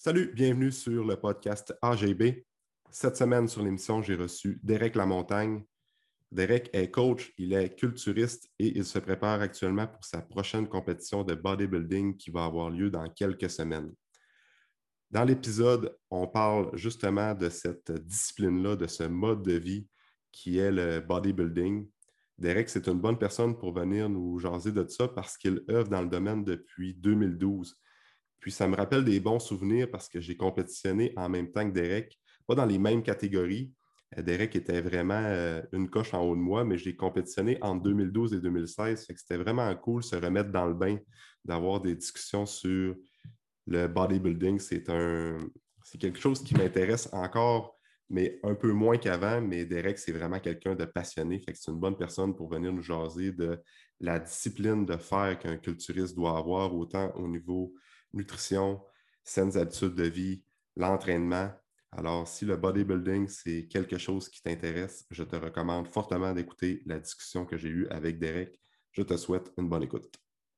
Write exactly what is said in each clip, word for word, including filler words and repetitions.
Salut, bienvenue sur le podcast A G B. Cette semaine sur l'émission, j'ai reçu Derek Lamontagne. Derek est coach, il est culturiste et il se prépare actuellement pour sa prochaine compétition de bodybuilding qui va avoir lieu dans quelques semaines. Dans l'épisode, on parle justement de cette discipline-là, de ce mode de vie qui est le bodybuilding. Derek, c'est une bonne personne pour venir nous jaser de ça parce qu'il œuvre dans le domaine depuis deux mille douze. Puis ça me rappelle des bons souvenirs parce que j'ai compétitionné en même temps que Derek, pas dans les mêmes catégories. Derek était vraiment euh, une coche en haut de moi, mais j'ai compétitionné entre deux mille douze et deux mille seize. Fait que c'était vraiment cool de se remettre dans le bain, d'avoir des discussions sur le bodybuilding. C'est un, c'est quelque chose qui m'intéresse encore, mais un peu moins qu'avant. Mais Derek, c'est vraiment quelqu'un de passionné. Fait que c'est une bonne personne pour venir nous jaser de la discipline de fer qu'un culturiste doit avoir, autant au niveau nutrition, saines habitudes de vie, l'entraînement. Alors, si le bodybuilding, c'est quelque chose qui t'intéresse, je te recommande fortement d'écouter la discussion que j'ai eue avec Derek. Je te souhaite une bonne écoute.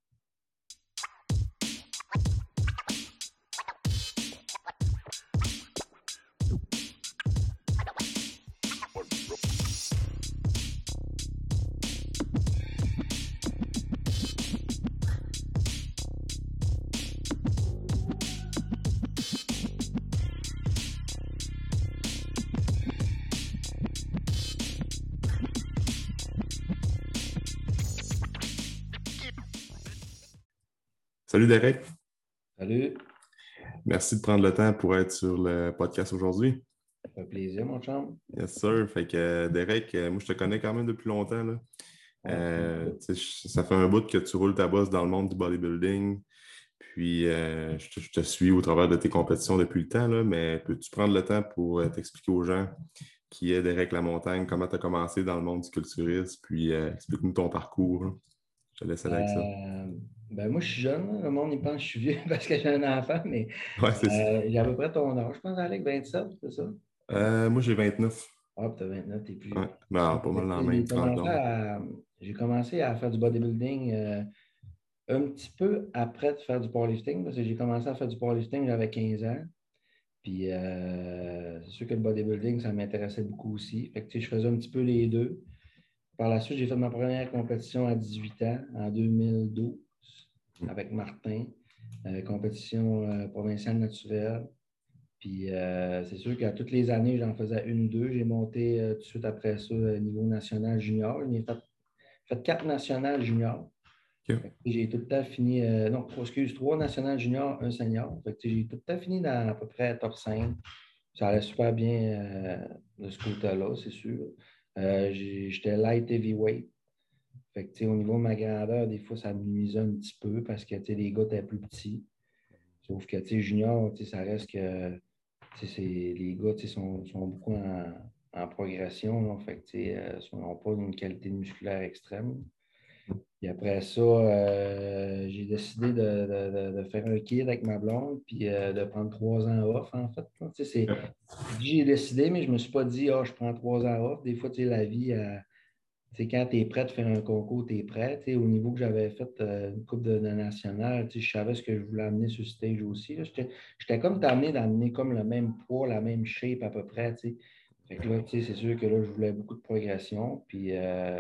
Salut Derek. Salut. Merci de prendre le temps pour être sur le podcast aujourd'hui. Ça fait plaisir, mon chum. Yes, sir. Fait que euh, Derek, euh, moi je te connais quand même depuis longtemps, là. Euh, tu sais, ça fait un bout que tu roules ta bosse dans le monde du bodybuilding. Puis euh, je, te, je te suis au travers de tes compétitions depuis le temps, là, mais peux-tu prendre le temps pour euh, t'expliquer aux gens qui est Derek Lamontagne, comment tu as commencé dans le monde du culturisme, puis euh, explique-nous ton parcours, là. Je te laisse aller avec ça. Euh, ben moi, je suis jeune. Le monde, il pense que je suis vieux parce que j'ai un enfant, mais Ouais, c'est ça. euh, j'ai à peu près ton âge. Je pense, Alex, vingt-sept, c'est ça? Euh, moi, j'ai vingt-neuf. Ah, puis t'as vingt-neuf, t'es plus Ouais, vieux. ben, pas mal dans la même J'ai tranche commencé d'âge. à, j'ai commencé à faire du bodybuilding euh, un petit peu après de faire du powerlifting, parce que j'ai commencé à faire du powerlifting, j'avais quinze ans. Puis euh, c'est sûr que le bodybuilding, ça m'intéressait beaucoup aussi. Fait que, tu sais, je faisais un petit peu les deux. Par la suite, j'ai fait ma première compétition à dix-huit ans, en deux mille douze, avec Martin, euh, compétition euh, provinciale naturelle. Puis euh, c'est sûr qu'à toutes les années, j'en faisais une, deux. J'ai monté euh, tout de suite après ça au niveau national junior. J'ai fait, fait quatre nationales juniors. OK. J'ai tout le temps fini, euh, non, trois, excuse, trois nationales juniors, un senior. Fait que, j'ai tout le temps fini dans à peu près top cinq. Ça allait super bien euh, de ce côté-là, c'est sûr. Euh, j'ai- j'étais light heavyweight. Fait que, tu sais, au niveau de ma grandeur, des fois, ça me nuisait un petit peu parce que tu sais, les gars étaient plus petits. Sauf que tu sais, junior, tu sais, ça reste que tu sais, c'est- les gars tu sais, sont, sont beaucoup en, en progression. Là. Fait que, tu sais, euh, ils n'ont pas une qualité musculaire extrême. Puis après ça, euh, j'ai décidé de, de- de- de faire un kid avec ma blonde, puis euh, de prendre trois ans off, en fait. Là. Tu sais, c'est, j'ai décidé, mais je ne me suis pas dit, ah, je prends trois ans off. Des fois, tu sais, la vie, euh, tu sais, quand tu es prêt de faire un concours, tu es prêt. Tu sais, au niveau que j'avais fait euh, une coupe de, de nationale, tu sais, je savais ce que je voulais amener sur le stage aussi. Là. J'étais, j'étais comme amené d'amener comme le même poids, la même shape à peu près. Tu sais. Fait que là, tu sais, c'est sûr que là, je voulais beaucoup de progression. Puis, euh,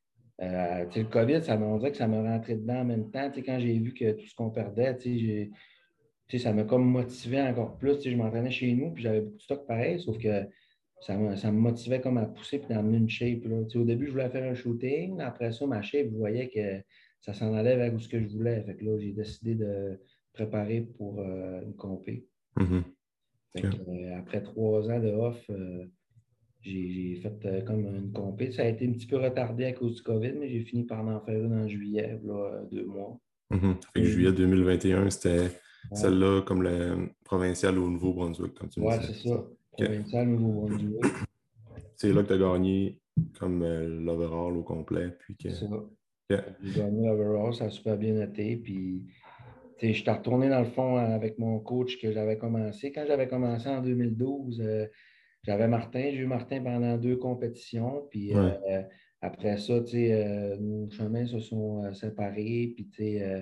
euh, tu sais, le COVID, ça m'a, on dirait que ça m'a rentré dedans en même temps. Tu sais, quand j'ai vu que tout ce qu'on perdait, tu sais, j'ai, tu sais, ça m'a comme motivé encore plus. Tu sais, je m'entraînais chez nous, puis j'avais beaucoup de stock pareil, sauf que ça me, ça me motivait comme à pousser puis d'amener une shape. Là. Tu sais, au début, je voulais faire un shooting. Après ça, ma shape, je voyais que ça s'en allait vers où ce que je voulais. Fait que là, j'ai décidé de préparer pour euh, une compé. Mhm. Fait que, OK. euh, après trois ans de off, euh, j'ai, j'ai fait euh, comme une compé. Ça a été un petit peu retardé à cause du COVID, mais j'ai fini par en faire une en juillet, là, euh, deux mois. Mhm. Fait que Et, juillet deux mille vingt et un, c'était ouais, celle-là comme le provincial au Nouveau-Brunswick, comme tu me ouais, disais. c'est C'est ça? ça. OK. Provincial, Nouveau-Brunswick. C'est là que tu as gagné comme euh, l'overall au complet. Puis que... C'est ça. OK. J'ai gagné l'overall, ça a super bien été. Puis, tu sais, je suis retourné dans le fond avec mon coach que j'avais commencé. Quand j'avais commencé en deux mille douze, euh, j'avais Martin. J'ai eu Martin pendant deux compétitions. Puis Ouais. euh, après ça, tu sais, euh, nos chemins se sont euh, séparés. Puis, tu sais, euh,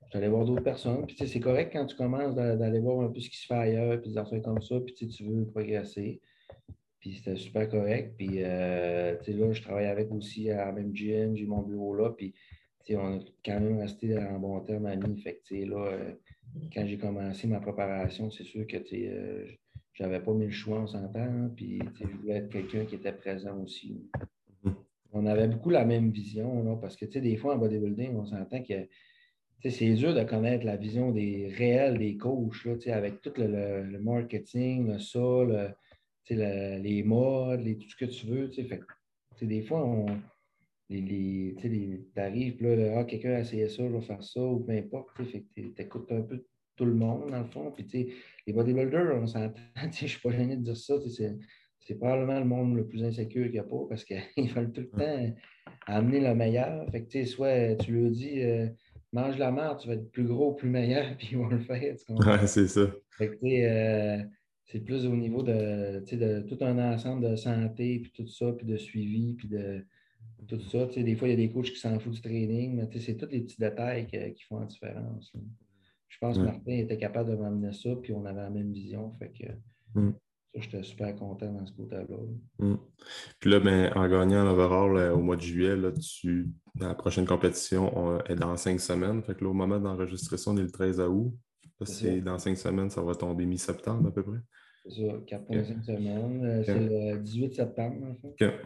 je suis allé voir d'autres personnes. Puis, tu sais, c'est correct quand tu commences d'aller voir un peu ce qui se fait ailleurs, puis des affaires comme ça, puis tu sais, tu veux progresser. Puis c'était super correct. Puis, euh, tu sais, là, je travaille avec aussi à la même gym, j'ai mon bureau là. Puis, tu sais, on a quand même resté en bon terme amis. Fait que, tu sais, là, euh, quand j'ai commencé ma préparation, c'est sûr que, tu sais, euh, j'avais pas mis le choix, on s'entend. Hein. Puis, tu sais, je voulais être quelqu'un qui était présent aussi. Mhm. On avait beaucoup la même vision, là, parce que, tu sais, des fois, en bodybuilding, on s'entend que c'est dur de connaître la vision des réels des coachs, là, avec tout le, le, le marketing, le ça, le, le, les modes, les, tout ce que tu veux. Fait, des fois, on les, les, les, t'arrives, là, là ah, quelqu'un a essayé ça, je vais faire ça, ou peu importe. Tu écoutes un peu tout le monde, dans le fond. Puis, les bodybuilders, on s'entend, je ne suis pas gêné de dire ça. C'est probablement le monde le plus insécure qu'il n'y a pas parce qu'ils veulent tout le temps amener le meilleur. Fait que, soit tu leur dis euh, mange la merde, tu vas être plus gros, plus meilleur, puis ils vont le faire. Tu comprends? Ouais, c'est ça. Fait que, euh, c'est plus au niveau de, de tout un ensemble de santé, puis tout ça, puis de suivi, puis de tout ça. Des fois, il y a des coachs qui s'en foutent du training, mais c'est tous les petits détails que, qui font la différence. Là. Je pense que Ouais. Martin était capable de m'amener ça, puis on avait la même vision. Fait que Mm. ça, j'étais super content dans ce côté-là. Là. Mm. Puis là, ben, en gagnant l'overall euh, au mois de juillet, là, tu, la prochaine compétition on, est dans cinq semaines. Fait que là, au moment d'enregistrer ça, on est le treize août. Là, C'est c'est ça. dans cinq semaines, ça va tomber mi-septembre à peu près. C'est ça, quatre OK. virgule cinq semaines. Euh, C'est OK. le dix-huit septembre, en fait, OK.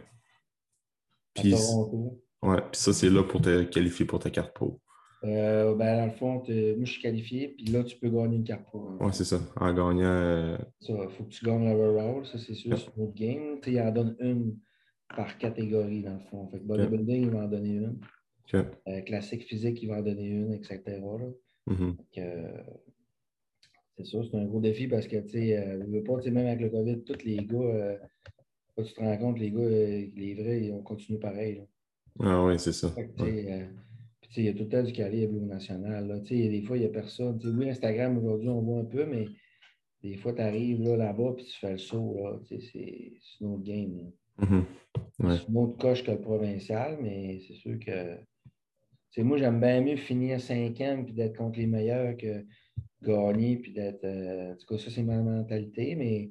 à Puis, Toronto. ouais, puis ça, c'est là pour te qualifier pour ta carte pro. Euh, ben, dans le fond, te- moi, je suis qualifié, puis là, tu peux gagner une carte pro. Ouais, c'est ça. En gagnant. euh, Il faut que tu gagnes l'overall, ça, c'est sûr, c'est OK. une autre game. Tu sais, il en donne une par catégorie, dans le fond. Fait que OK. bodybuilding, il va en donner une. OK. Euh, classique physique, il va en donner une, et cetera là. Mhm. Fait que, euh, c'est ça, c'est un gros défi parce que, tu sais, euh, je veux pas, tu sais, même avec le COVID, tous les gars, euh, là, tu te rends compte, les gars, euh, les vrais, ils ont continué pareil. Là. Ah oui, c'est ça. Fait que, tu Ouais. sais, euh, puis, tu sais, il y a tout le temps du calibre au national. Là. Tu sais, il y a des fois, il n'y a personne. Tu sais, oui, Instagram, aujourd'hui, on voit un peu, mais des fois, tu arrives là, là-bas puis tu fais le saut. Là. Tu sais, c'est c'est une autre game. Là. Mhm. Ouais. C'est une autre coche que le provincial, mais c'est sûr que. Tu sais, moi, j'aime bien mieux finir cinquième puis d'être contre les meilleurs que gagner puis d'être. Euh, en tout cas, ça, c'est ma mentalité, mais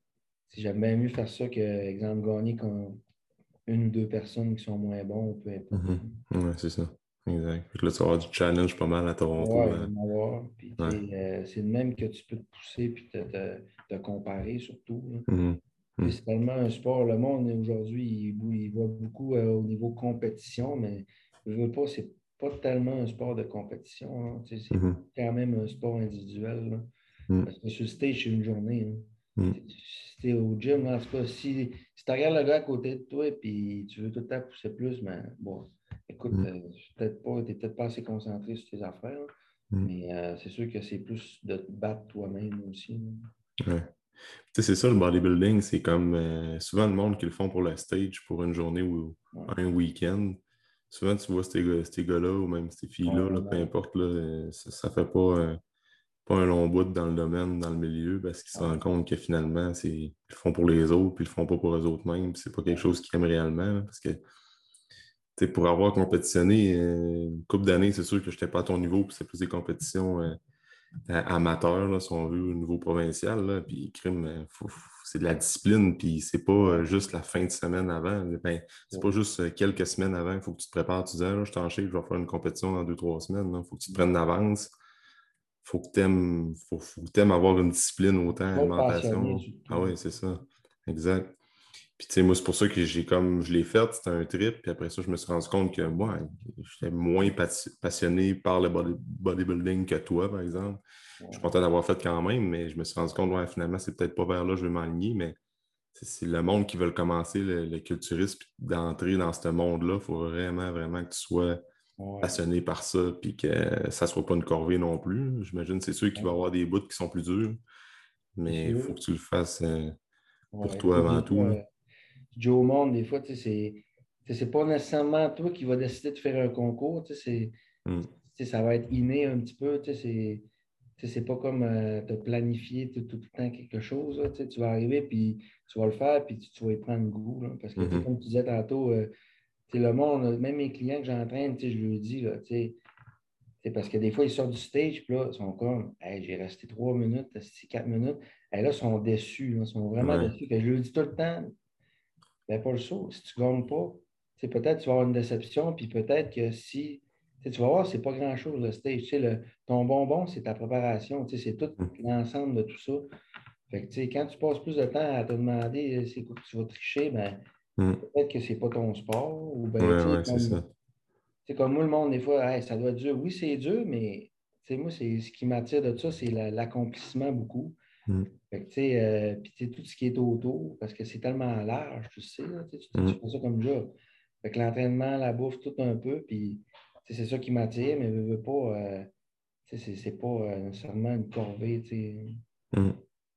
si j'aime bien mieux faire ça que, exemple, gagner contre une ou deux personnes qui sont moins bons, peu importe. Mhm. Ouais, c'est ça. Exact. Fait que là, tu vas avoir du challenge pas mal à Toronto. Ouais, il va Là. y en avoir. Puis, tu Ouais. sais, euh, c'est le même que tu peux te pousser puis te, te, te comparer surtout. Là. Mhm. Tu Mhm. sais, c'est tellement un sport. Le monde aujourd'hui, il, il voit beaucoup euh, au niveau compétition, mais je veux pas, c'est pas tellement un sport de compétition. Hein. Tu sais, c'est Mhm. quand même un sport individuel. Là. Mhm. Parce que sur le stage, c'est une journée. Hein. Mhm. Tu sais, si t'es au gym, là, en tout cas, si, si tu regardes le gars à côté de toi et tu veux tout le temps pousser plus, mais bon, écoute, Mhm. euh, peut-être pas, t'es peut-être pas assez concentré sur tes affaires. Là. Mhm. Mais euh, c'est sûr que c'est plus de te battre toi-même aussi. Là. Ouais. Tu sais, c'est ça, le bodybuilding, c'est comme euh, souvent le monde qui le font pour le stage, pour une journée ou Ouais. un week-end. Souvent, tu vois ces gars- ces gars-là ou même ces filles-là, Ouais, là, peu non. importe, là, euh, ça, ça fait pas, euh, pas un long bout dans le domaine, dans le milieu, parce qu'ils se Ouais. rendent compte que finalement, c'est, ils le font pour les autres, puis ils le font pas pour eux autres mêmes, puis c'est pas quelque Ouais. chose qu'ils aiment réellement, là, parce que tu sais, pour avoir compétitionné euh, une couple d'années, c'est sûr que je n'étais pas à ton niveau, puis c'est plus des compétitions euh, amateurs, là, si on veut, au niveau provincial. Là, puis crime, euh, faut- faut- c'est de la discipline, puis c'est pas euh, juste la fin de semaine avant. Ben, c'est pas juste euh, quelques semaines avant, il faut que tu te prépares. Tu dis, ah, là, je t'en sais, je vais faire une compétition dans deux, trois semaines. Il faut que tu te prennes d'avance. Faut que tu aimes, faut, faut que t'aimes avoir une discipline autant Faut être passionné alimentation. Ah surtout. oui, c'est ça. Exact. Puis, tu sais, moi, c'est pour ça que j'ai comme, je l'ai fait, c'était un trip. Puis après ça, je me suis rendu compte que moi, j'étais moins passi- passionné par le body- bodybuilding que toi, par exemple. Je suis Ouais. content d'avoir fait quand même, mais je me suis rendu compte, ouais, finalement, c'est peut-être pas vers là que je vais m'aligner, mais c'est c'est le monde qui veut commencer, le, le culturisme, puis d'entrer dans ce monde-là, il faut vraiment, vraiment que tu sois Ouais. passionné par ça, puis que ça soit pas une corvée non plus. J'imagine, c'est sûr qu'il va y Ouais. avoir des bouts qui sont plus durs, C'est mais il faut sûr. que tu le fasses euh, pour Ouais. Tu toi sais, avant des tout, fois, là. euh, Joe au monde, des fois, tu sais, c'est. Tu sais, c'est pas nécessairement toi qui vas décider de faire un concours. Tu sais, c'est- Mm. tu sais, ça va être inné un petit peu. Tu sais, c'est tu sais, c'est pas comme euh, te planifier tout, tout le temps quelque chose. Là, tu sais, tu vas arriver, puis tu vas le faire, puis tu, tu vas y prendre goût. Là, parce que, tu sais, Mhm. comme tu disais tantôt, euh, tu sais, le monde, même mes clients que j'entraîne, tu sais, je leur dis, là, tu sais, C'est parce que des fois, ils sortent du stage, puis là, ils sont comme, hey, j'ai resté trois minutes, quatre minutes. Et là, ils sont déçus, là, ils sont vraiment Ouais. déçus. Fait que je leur dis tout le temps, ben, pas le saut. Si tu ne gagnes pas, peut-être que tu vas avoir une déception, puis peut-être que si, tu vas voir, c'est pas grand-chose le stage. Tu sais, le, ton bonbon, c'est ta préparation. C'est tout Mm. l'ensemble de tout ça. Fait que, quand tu passes plus de temps à te demander c'est quoi que tu vas tricher, ben, Mm. peut-être que c'est pas ton sport. Ou ben, Ouais, ouais, c'est comme, ça. comme moi, le monde, des fois, hey, ça doit être dur. Oui, c'est dur, mais moi, c'est, ce qui m'attire de ça, c'est la, l'accomplissement beaucoup. Mm. Fait que, tu sais, euh, puis tout ce qui est autour, parce que c'est tellement large, tu sais, là, tu, tu, tu Mm. fais ça comme job. Fait que l'entraînement, la bouffe, tout un peu, puis c'est ça qui m'attire, mais je veux pas, euh, c'est, c'est pas euh, nécessairement une corvée, tu sais. Mm.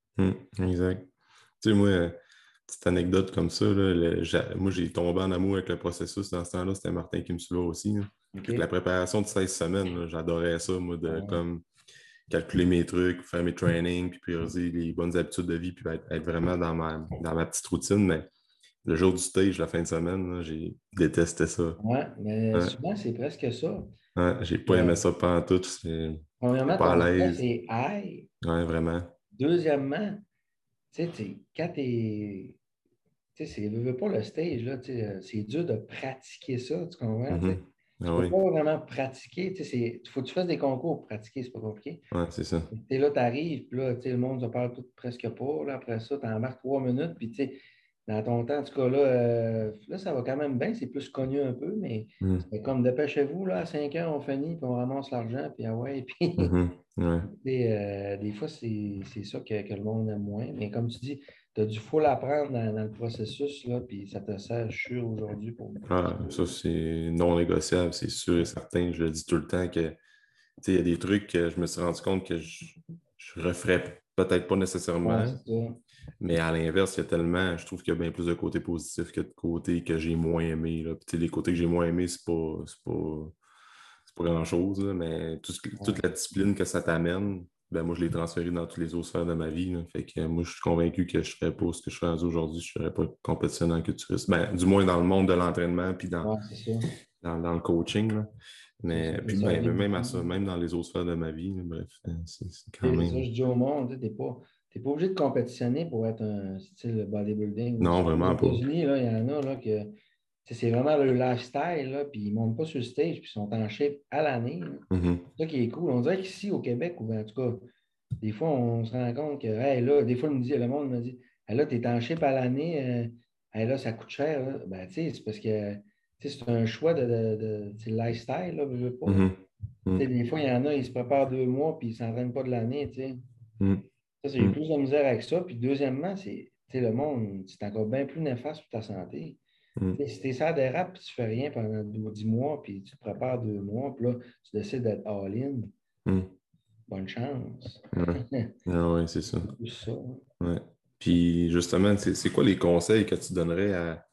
Mm. Exact. Tu sais, moi, euh, petite anecdote comme ça, là, le- j'a- moi, j'ai tombé en amour avec le processus dans ce temps-là. C'était Martin qui me suivait aussi, là. OK? Fait que la préparation de seize semaines, là, j'adorais ça, moi, de Ouais. comme calculer mes trucs, faire mes trainings, puis prioriser les bonnes habitudes de vie, puis être, être vraiment dans ma, dans ma petite routine. Mais le jour du stage, la fin de semaine, là, j'ai détesté ça. Ouais, mais Ouais, souvent, c'est presque ça. ouais, j'ai pas Euh, aimé ça pantoute. C'est c'est premièrement, pas à ton stress l'aise. est high. Ouais, vraiment. Deuxièmement, tu sais, t'es- quand tu tu sais, c'est veux, veux pas le stage, là, tu sais, euh, c'est dur de pratiquer ça, tu comprends? Tu sais? Mhm. Tu Ah peux oui, pas vraiment pratiquer, tu sais, il faut que tu fasses des concours pour pratiquer, c'est pas compliqué. ouais, c'est ça. Tu sais, là, tu arrives, puis là, tu sais, le monde ne parle tout presque pas, là, après ça, tu embarques trois minutes, puis tu sais, dans ton temps, en tout cas, là, euh, là, ça va quand même bien, c'est plus connu un peu, mais Mhm. c'est comme dépêchez-vous, là, à cinq heures, on finit, puis on ramasse l'argent, puis ah ouais, puis Mhm. Ouais. tu sais, euh, des fois, c'est c'est ça que, que le monde aime moins. Mais comme tu dis, tu as du full apprendre dans, dans le processus, là, puis ça te sert, je suis sûr, aujourd'hui pour beaucoup de Ah, ça, choses. c'est non négociable, c'est sûr et certain. Je le dis tout le temps que, tu sais, il y a des trucs que je me suis rendu compte que je, je referais peut-être pas Ouais, nécessairement, c'est ça. mais à l'inverse, il y a tellement, je trouve qu'il y a bien plus de côtés positifs que de côtés que j'ai moins aimés, là. Puis, tu sais, les côtés que j'ai moins aimés, c'est pas, c'est pas, c'est pas grand-chose, là, mais tout ce que- toute Ouais. la discipline que ça t'amène, ben moi, je l'ai transféré dans toutes les autres sphères de ma vie, là. Fait que euh, moi, je suis convaincu que je ne serais pas ce que je fais aujourd'hui, je ne serais pas compétitionnaire en culturiste. Ben, du moins dans le monde de l'entraînement puis dans, Ouais, c'est ça. dans, dans le coaching, là. C'est ça Mais peut puis ben, servir même à beaucoup. ça, même dans les autres sphères de ma vie, là, bref, euh, c'est c'est quand Tu sais, c'est ça, même. je dis au monde, tu n'es pas, t'es pas obligé de compétitionner pour être un style bodybuilding. Non, Aux vraiment pas. États-Unis, là, il y en a là, que tu sais, c'est vraiment le lifestyle, là, puis ils ne montent pas sur le stage, puis ils sont en shape à l'année, là. Mhm. C'est ça qui est cool. On dirait qu'ici, au Québec, ou en tout cas, des fois, on se rend compte que, hey, là, des fois, le, me dit, le monde me dit, hey, là, tu es en shape à l'année, euh, hey, là, ça coûte cher, là. Ben, tu sais, c'est parce que, tu sais, c'est un choix de, de, de c'est le lifestyle, là, je veux pas. Mhm. Tu sais, Mhm. des fois, il y en a, ils se préparent deux mois, puis ils ne s'entraînent pas de l'année, tu sais. Mhm. Ça, j'ai eu Mhm. plus de misère avec ça. Puis, deuxièmement, c'est, tu sais, le monde, c'est encore bien plus néfaste pour ta santé. Tu Mhm. sais, si tu es ça dérape, puis tu fais rien pendant dix mois, puis tu te prépares deux mois, puis là, tu décides d'être all-in, Mhm. bonne chance. Ouais. Ah ouais, c'est ça. C'est plus ça. Ouais. Puis justement, c'est c'est quoi les conseils que tu donnerais à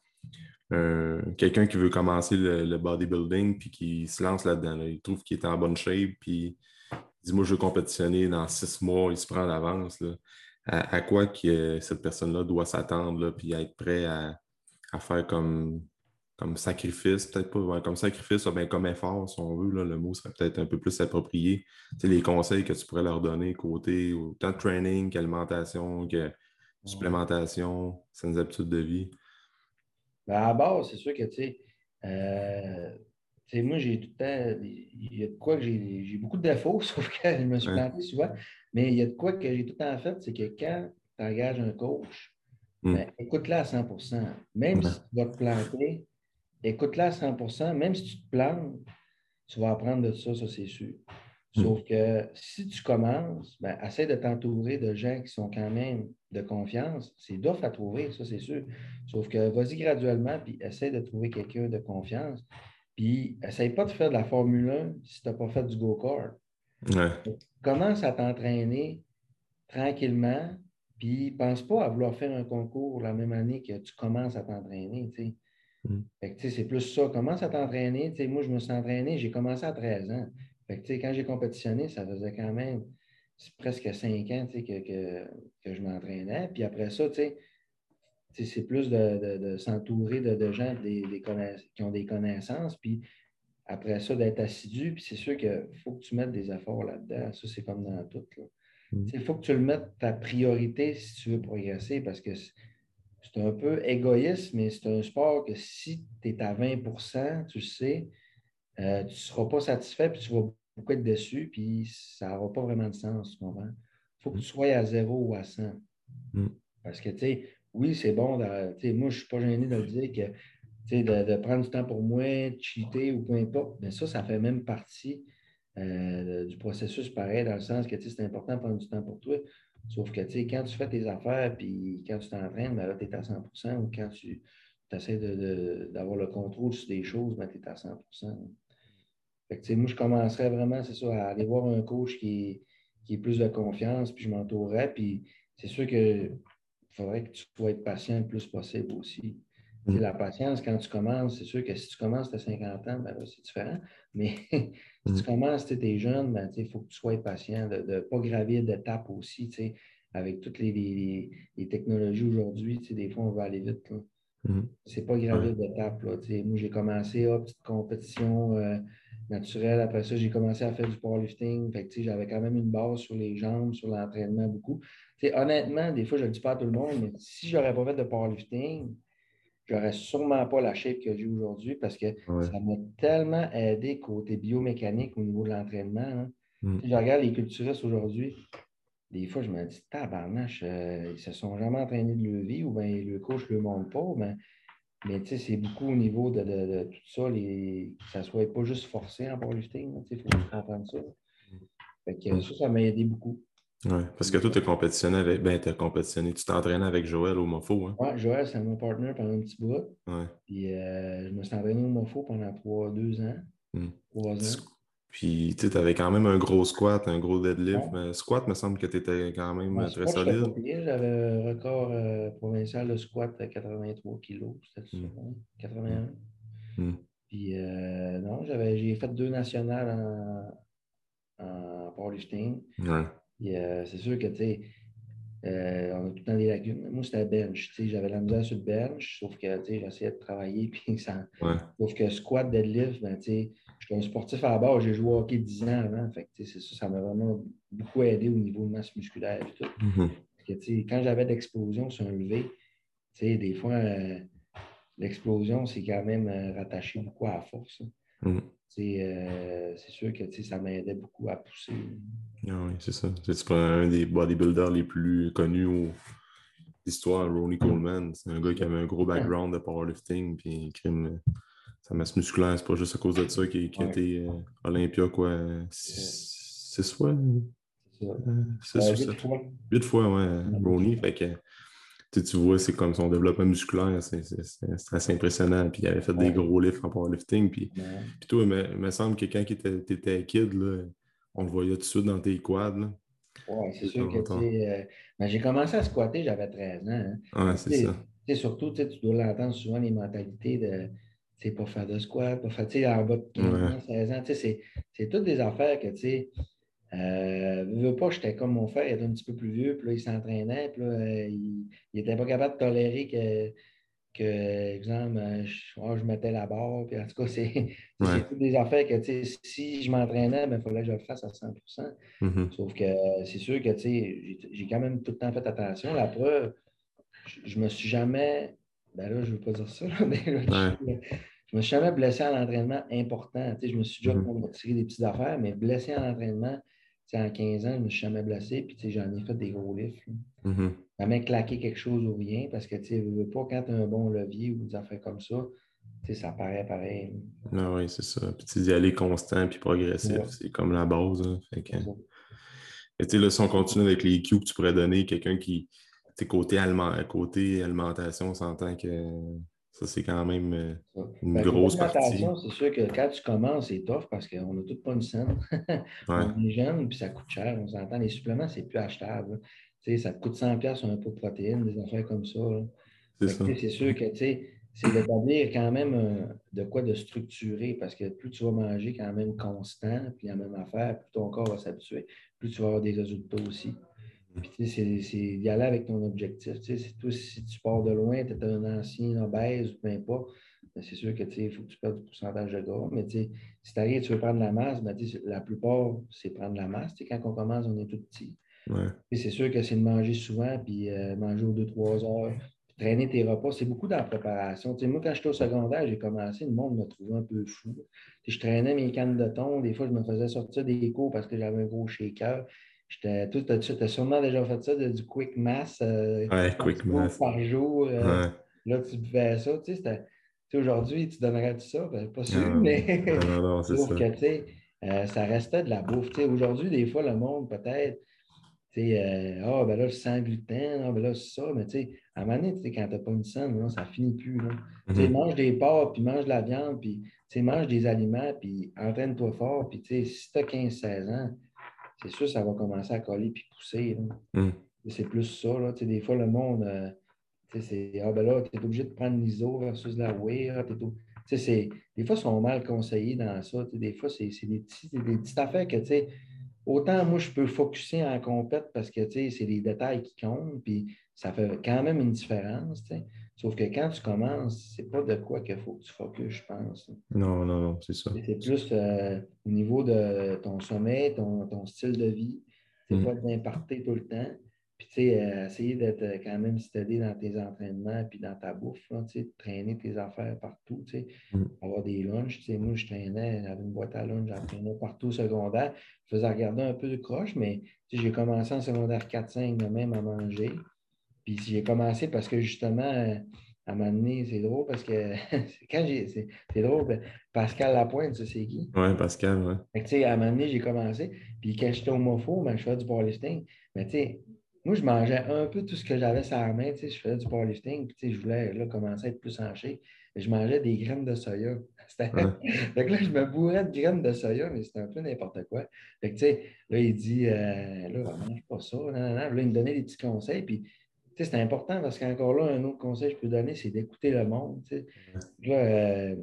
un- quelqu'un qui veut commencer le, le bodybuilding puis qui se lance là-dedans, là? Il trouve qu'il est en bonne shape, puis il dit moi je veux compétitionner dans six mois, il se prend d'avance, là. À, à quoi que cette personne-là doit s'attendre, là, puis être prêt à, à faire comme, comme sacrifice, peut-être pas ouais, comme sacrifice, ou bien comme effort, si on veut, là, le mot serait peut-être un peu plus approprié. Tu sais, les conseils que tu pourrais leur donner côté autant de training qu'alimentation, que Ouais. supplémentation, saines habitudes de vie. Ben, à la base, c'est sûr que, tu sais, euh, tu sais, moi, j'ai tout le temps, il y a de quoi que j'ai j'ai beaucoup de défauts, sauf que je me suis Ouais. planté souvent, mais il y a de quoi que j'ai tout le temps fait, c'est que quand tu engages un coach, Hum. ben, écoute-la à cent pour cent. Même Ouais. si tu vas te planter, écoute-la à cent pour cent. Même si tu te plantes, tu vas apprendre de ça, ça c'est sûr. Hum. Sauf que si tu commences, ben, essaie de t'entourer de gens qui sont quand même de confiance. C'est dommage à trouver, ça c'est sûr. Sauf que vas-y graduellement, puis essaie de trouver quelqu'un de confiance. Puis essaie pas de faire de la Formule un si tu n'as pas fait du go-kart. Ouais. Commence à t'entraîner tranquillement, puis pense pas à vouloir faire un concours la même année que tu commences à t'entraîner, tu sais. Hum. Fait que, tu sais, c'est plus ça. Commence à t'entraîner. Tu sais, moi, je me suis entraîné, j'ai commencé à treize ans. Fait que, tu sais, quand j'ai compétitionné, ça faisait quand même c'est presque cinq ans tu sais, que, que, que je m'entraînais. Puis après ça, tu sais, tu sais, c'est plus de, de, de s'entourer de, de gens des, des connaiss- qui ont des connaissances. Puis après ça, d'être assidu, puis c'est sûr qu'il faut que tu mettes des efforts là-dedans. Ça, c'est comme dans tout. Mm. Il faut que tu le mettes ta priorité si tu veux progresser parce que c'est un peu égoïste, mais c'est un sport que si tu es à vingt pour cent, tu sais, euh, tu ne seras pas satisfait, puis tu vas beaucoup être déçu, puis ça n'aura pas vraiment de sens, tu comprends? Il faut que tu sois à zéro ou à cent. Mm. Parce que, tu sais, oui, c'est bon, de- tu sais, moi, je ne suis pas gêné de le dire que, tu sais, de, de prendre du temps pour moi, de cheater ou peu importe, mais ça, ça fait même partie euh, du processus pareil, dans le sens que, tu sais, c'est important de prendre du temps pour toi. Sauf que, tu sais, quand tu fais tes affaires, puis quand tu t'entraînes, ben là, tu es à cent pour cent, ou quand tu essaies de, de- d'avoir le contrôle sur des choses, ben, tu es à cent pour cent. Fait que, tu sais, moi, je commencerais vraiment, c'est ça, à aller voir un coach qui est, qui est plus de confiance, puis je m'entourerais, puis c'est sûr que il faudrait que tu sois être patient le plus possible aussi. Tu sais, Mm. la patience, quand tu commences, c'est sûr que si tu commences à cinquante ans, ben là, c'est différent. Mais si tu Mm. commences, tu es jeune, ben, il faut que tu sois patient, de ne pas gravir d'étapes aussi. Tu sais, avec toutes les, les, les technologies aujourd'hui, tu sais, des fois, on va aller vite. Là. Mm. C'est pas Ouais. gravir d'étapes. Là. Tu sais, moi, j'ai commencé, hop, petite compétition euh, naturelle. Après ça, j'ai commencé à faire du powerlifting. Fait que, tu sais, j'avais quand même une base sur les jambes, sur l'entraînement, beaucoup. Tu sais, honnêtement, des fois, je ne le dis pas à tout le monde, mais si je n'aurais pas fait de powerlifting, j'aurais sûrement pas la shape que j'ai aujourd'hui parce que Ouais. ça m'a tellement aidé côté biomécanique au niveau de l'entraînement. Hein. Mm. Tu sais, je regarde les culturistes aujourd'hui, des fois, je me dis, tabarnache, euh, ils se sont jamais entraînés de leur vie ou bien le coach ne le montre pas. Mais, mais tu sais, c'est beaucoup au niveau de, de, de tout ça, les, que ça ne soit pas juste forcé en powerlifting. Il faut comprendre ça. Fait que Mm. ça, ça m'a aidé beaucoup. Ouais. Parce que toi, tu es compétitionné avec. Ben, tu as compétitionné. Tu t'entraînais avec Joël au Mofo, hein? Ouais, Joël, c'est mon partner pendant un petit bout. Ouais. Puis euh, je me suis entraîné au Mofo pendant trois, deux ans, Mm. trois ans. Tu- Puis, tu avais quand même un gros squat, un gros deadlift. Ouais. Mais squat, me semble que tu étais quand En même très squat, je n'étais pas solide. pire. J'avais un record euh, provincial de squat à quatre-vingt-trois kilos. C'était ça, Mm. hein? Mm. quatre-vingt-un. Mm. Puis euh, non, j'avais, j'ai fait deux nationales en, en powerlifting. Ouais. Puis euh, c'est sûr que, tu sais, euh, on a tout le temps des lacunes. Moi, c'était bench. Tu sais, j'avais la misère sur le bench, sauf que, tu sais, j'essayais de travailler. Puis ça, Ouais. sauf que squat, deadlift, ben, tu sais, j'étais un sportif à la base. J'ai joué au hockey dix ans avant. Fait que, tu sais, c'est ça, ça m'a vraiment beaucoup aidé au niveau de masse musculaire et tout. Mhm. Parce que, tu sais, quand j'avais de l'explosion sur un levé, tu sais, des fois, euh, l'explosion, c'est quand même euh, rattaché beaucoup à la force. Hein. Mhm. Tu sais, euh, c'est sûr que tu sais, ça m'aidait beaucoup à pousser. Ah oui, c'est ça. Tu sais, tu prends un des bodybuilders les plus connus au l'histoire, Ronnie Coleman. C'est un gars qui avait un gros background de powerlifting, puis crime, sa masse musculaire, c'est pas juste à cause de ça qu'il qui a Ouais, été euh, Olympia, quoi, c'est ça. six, six fois, C'est ça. euh, six Euh, ou huit sept, fois. huit fois, ouais, Ouais, huit Ronnie. fois. Fait que, tu sais, tu vois, c'est comme son développement musculaire, c'est c'est- c'est- c'est assez impressionnant. Puis il avait fait des Ouais. gros lifts en powerlifting. Puis, Ouais. puis toi, il me, il me semble que quand tu étais kid, là, on le voyait tout de suite dans tes quads. Là. Ouais, c'est C'est sûr que, ton- tu ton- sais, euh, ben, j'ai commencé à squatter, j'avais treize ans. Hein. Ouais, Mais c'est tu sais, ça. tu sais, surtout, tu sais, tu dois l'entendre souvent, les mentalités de, tu sais, pas faire de squat, pas faire, tu sais, en bas de quinze Ouais. ans, seize ans, tu sais, c'est c'est toutes des affaires que, tu sais, euh, veux veux pas, j'étais comme mon frère, il était un petit peu plus vieux, puis là, il s'entraînait, puis là, euh, il n'était pas capable de tolérer que que, exemple, euh, je, oh, je mettais la barre. Puis en tout cas, c'est Ouais. c'est toutes des affaires que si je m'entraînais, il fallait que je le fasse à cent pour cent. Mhm. Sauf que euh, c'est sûr que j'ai j'ai quand même tout le temps fait attention. La preuve, je ne me suis jamais, ben là, je ne veux pas dire ça, là, mais là, Ouais. je, je me suis jamais blessé à l'entraînement important. Tu sais, je me suis déjà Mhm. tiré des petites affaires, mais blessé à l'entraînement, tu sais, en quinze ans, je ne me suis jamais blessé. Puis tu sais, j'en ai fait des gros lifts. Là. Mhm. Jamais claquer quelque chose ou rien, parce que tu sais, veux veux pas, quand tu as un bon levier ou des affaires comme ça, tu sais, ça paraît pareil. Ah oui, c'est ça. Puis tu dis, d'y aller constant puis progressif, Ouais, c'est comme la base. Hein. Fait que... c'est ça. Et tu sais, là, si on continue avec les cues que tu pourrais donner, quelqu'un qui, tu sais, côté, aliment... côté alimentation, on s'entend que ça, c'est quand même euh, Ça. une Fait que grosse partie. l'alimentation, c'est sûr que quand tu commences, c'est tough parce qu'on n'a tout pas une scène. Ouais, On est jeune, puis ça coûte cher. On s'entend, les suppléments, c'est plus achetable. Tu sais, ça te coûte cent dollars un pot de protéines, des affaires comme ça. Là. c'est Fait que, ça. tu sais, c'est sûr que tu sais, c'est d'établir quand même euh, de quoi de structurer parce que plus tu vas manger quand même constant, puis la même affaire, plus ton corps va s'habituer, plus tu vas avoir des résultats aussi. Puis, tu sais, c'est c'est d'y aller avec ton objectif. Tu sais, si toi, si tu pars de loin, tu es un ancien obèse ou peu importe, c'est sûr que il faut que tu perdes du pourcentage de gras. Mais si tu arrives, tu veux prendre de la masse, ben, la plupart, c'est prendre de la masse. Quand on commence, on est tout petit. Ouais. C'est sûr que c'est de manger souvent, puis euh, manger aux deux trois heures, puis traîner tes repas. C'est beaucoup dans la préparation. T'sais, moi, quand j'étais au secondaire, j'ai commencé, le monde me trouvait un peu fou. T'sais, je traînais mes cannes de thon. Des fois, je me faisais sortir des cours parce que j'avais un gros shaker. J'étais, tu as sûrement déjà fait ça, de, du quick mass, euh, Ouais, quick quinze cours mass. par jour. Euh, Ouais. là, tu buvais ça. Tu sais, aujourd'hui, tu donnerais tout ça? Ben, pas sûr, Non, mais non, non, non, c'est sauf ça. que, tu sais, euh, ça restait de la bouffe. Tu sais, aujourd'hui, des fois, le monde, peut-être, tu sais, euh, ah, ben là, sans gluten, ah, ben là, c'est ça. Mais tu sais, à un moment donné, tu sais, quand t'as pas une scène, là, ça finit plus, là. Tu sais, Mhm. mange des pâtes, puis mange de la viande, puis, tu sais, mange des aliments, puis entraîne-toi fort. Puis, tu sais, si t'as quinze seize ans, c'est sûr que ça va commencer à coller puis pousser, là. Mhm. C'est plus ça, là. Tu sais, des fois, le monde, euh, tu sais, c'est, ah, ben là, tu es obligé de prendre l'I S O versus la whey. Ah, t'es au- tu sais, c'est, des fois, ils sont mal conseillés dans ça. Tu sais, des fois, c'est c'est des, petits, c'est des petites affaires que, tu sais, autant moi, je peux focuser en compète parce que, tu sais, c'est les détails qui comptent, puis ça fait quand même une différence, tu sais. Sauf que quand tu commences, c'est pas de quoi qu'il faut que tu focuses, je pense. Non, non, non, c'est ça. Et c'est plus euh, au niveau de ton sommeil, ton, ton style de vie. C'est pas Mhm. d'imparter tout le temps. Puis, tu sais, euh, essayer d'être euh, quand même steady dans tes entraînements puis dans ta bouffe, là, tu sais, de traîner tes affaires partout, tu sais. Mhm. Avoir des lunchs, tu sais, moi, je traînais, j'avais une boîte à lunch, j'en traînais partout au secondaire. Je faisais regarder un peu de croche, mais tu sais, j'ai commencé en secondaire quatre cinq de même à manger. Puis j'ai commencé parce que justement, euh, à un moment donné, c'est drôle parce que quand j'ai. C'est c'est drôle, ben, Pascal Lapointe, ça c'est qui? Ouais, Pascal, ouais. Fait que, tu sais, à un moment donné, j'ai commencé. Puis quand j'étais au MOFO, ben, je faisais du powerlifting. Mais tu sais, moi, je mangeais un peu tout ce que j'avais sur la main. Tu sais, je faisais du powerlifting. Puis tu sais, je voulais là, commencer à être plus en shape. Et je mangeais des graines de soya. C'était- Ouais. Fait que là, je me bourrais de graines de soya, mais c'était un peu n'importe quoi. Fait que tu sais, là, il dit, euh, là, mange pas ça. Non, non, non. Là, il me donnait des petits conseils. Puis, tu sais, c'est important parce qu'encore là, un autre conseil que je peux donner, c'est d'écouter le monde. Tu sais. Là, euh,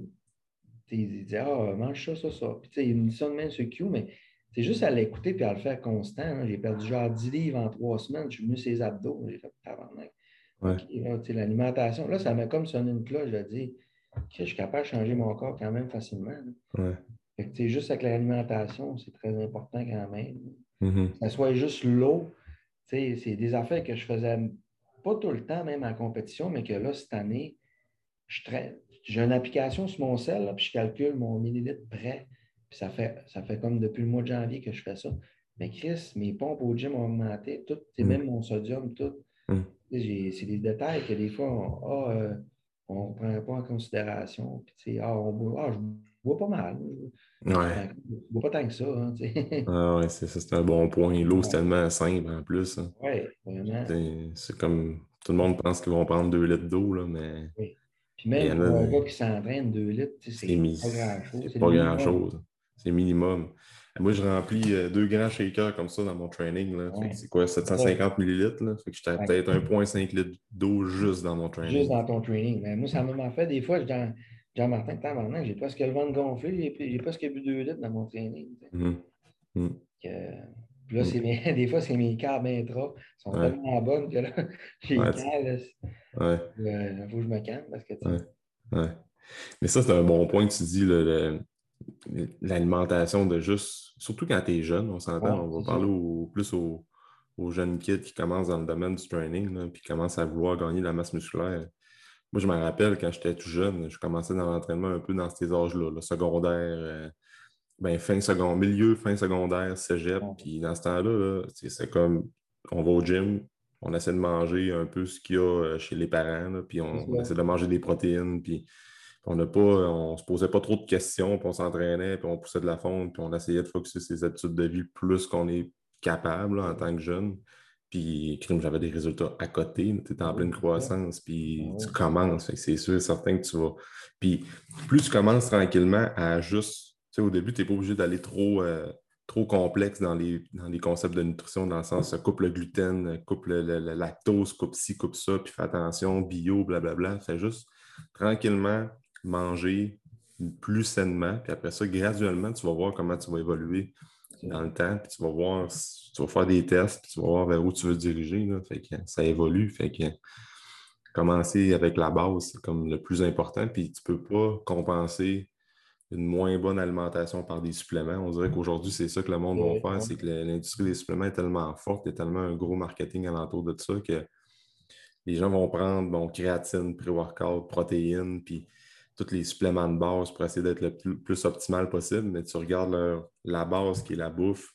il dit ah, mange ça, ça, ça. Puis, tu sais, il me dit ça de même sur Q, mais c'est juste à l'écouter et à le faire constant. Hein. J'ai perdu genre dix livres en trois semaines. Je suis venu ses abdos. J'ai fait tabarnak. Ouais. OK, là, tu sais, l'alimentation. Là, ça m'a comme sonné une cloche. Je dis, OK, je suis capable de changer mon corps quand même facilement. Là. Ouais. Fait que, tu sais, juste avec l'alimentation, c'est très important quand même. Mhm. Que ça soit juste l'eau. Tu sais, c'est des affaires que je faisais pas tout le temps, même en compétition, mais que là, cette année, je traite. J'ai une application sur mon cell, là, puis je calcule mon millilitre près. Puis ça fait, ça fait comme depuis le mois de janvier que je fais ça. Mais Chris, mes pompes au gym ont augmenté, tout, Mhm. même mon sodium, tout. Mhm. C'est des détails que des fois, on ne euh, on prend pas en considération. Puis, tu sais, ah, on boit, ah, je bois pas mal. Mais tu Ouais. ne bois pas tant que ça. Hein, tu sais. Ah ouais, c'est ça, c'est un bon point. L'eau, c'est tellement simple en plus, hein. Oui, vraiment. C'est c'est comme tout le monde pense qu'ils vont prendre deux litres d'eau, là, mais Oui. Puis il y même en pour un a, gars qui s'entraîne, deux litres, tu sais, c'est c'est mi- pas grand-chose. c'est C'est le pas minimum. grand-chose. C'est minimum. Moi, je remplis euh, deux grands shakers comme ça dans mon training, là. Fait que Ouais. c'est quoi, C'est ça. sept cent cinquante millilitres, là? Fait que j'étais Fait peut-être un virgule cinq litres d'eau juste dans mon juste training. dans ton training. Mais moi, ça m'a fait des fois, Jean, Jean-Martin, tabarnak, j'ai presque le ventre gonflé, j'ai j'ai presque bu deux litres dans mon training. Mhm. Mhm. Que, puis là, c'est Mhm. mes- des fois, c'est mes carbs intra. Ils sont Ouais. tellement bonnes que là, j'ai Ouais, tu- cales. ouais. Il faut que je me calme parce que, tu Ouais. sais, Ouais. Mais ça, c'est un bon point que tu dis, le- le- l'alimentation de juste, surtout quand tu es jeune, on ouais, s'entend, on va c'est parler ça. au- plus aux, aux jeunes kids qui commencent dans le domaine du training, là, puis qui commencent à vouloir gagner de la masse musculaire. Moi, je me rappelle quand j'étais tout jeune, je commençais dans l'entraînement un peu dans ces âges-là, le secondaire, euh, ben, fin secondaire, milieu, fin secondaire, cégep. Ouais, Puis dans ce temps-là, là, c'est c'est comme on va au gym, on essaie de manger un peu ce qu'il y a euh, chez les parents, là, puis c'est on, on ça. essaie de manger des protéines, puis on n'a pas, on se posait pas trop de questions, puis on s'entraînait, puis on poussait de la fonte, puis on essayait de focusser ses habitudes de vie plus qu'on est capable là, en tant que jeune. Puis, crime, j'avais des résultats à côté, tu es en Oui, pleine c'est ça. croissance, puis tu Oui. commences. Fait que c'est sûr et certain que tu vas. Puis, plus tu commences tranquillement à juste. Tu sais, au début, tu n'es pas obligé d'aller trop, euh, trop complexe dans les, dans les concepts de nutrition, dans le sens coupe le gluten, coupe le, le- le lactose, coupe ci, coupe ça, puis fais attention, bio, blablabla. Fais juste tranquillement manger plus sainement, puis après ça, graduellement, tu vas voir comment tu vas évoluer C'est dans le temps, puis tu vas voir, tu vas faire des tests, puis tu vas voir vers où tu veux te diriger, là. Fait que ça évolue. Fait que commencer avec la base, c'est comme le plus important, puis tu peux pas compenser une moins bonne alimentation par des suppléments. On dirait qu'aujourd'hui, c'est ça que le monde va Ouais, faire, ouais. c'est que l'industrie des suppléments est tellement forte, il y a tellement un gros marketing alentour de ça que les gens vont prendre bon, créatine, pré-workout, protéines, puis tous les suppléments de base pour essayer d'être le plus, plus optimal possible, mais tu regardes leur- la base qui est la bouffe,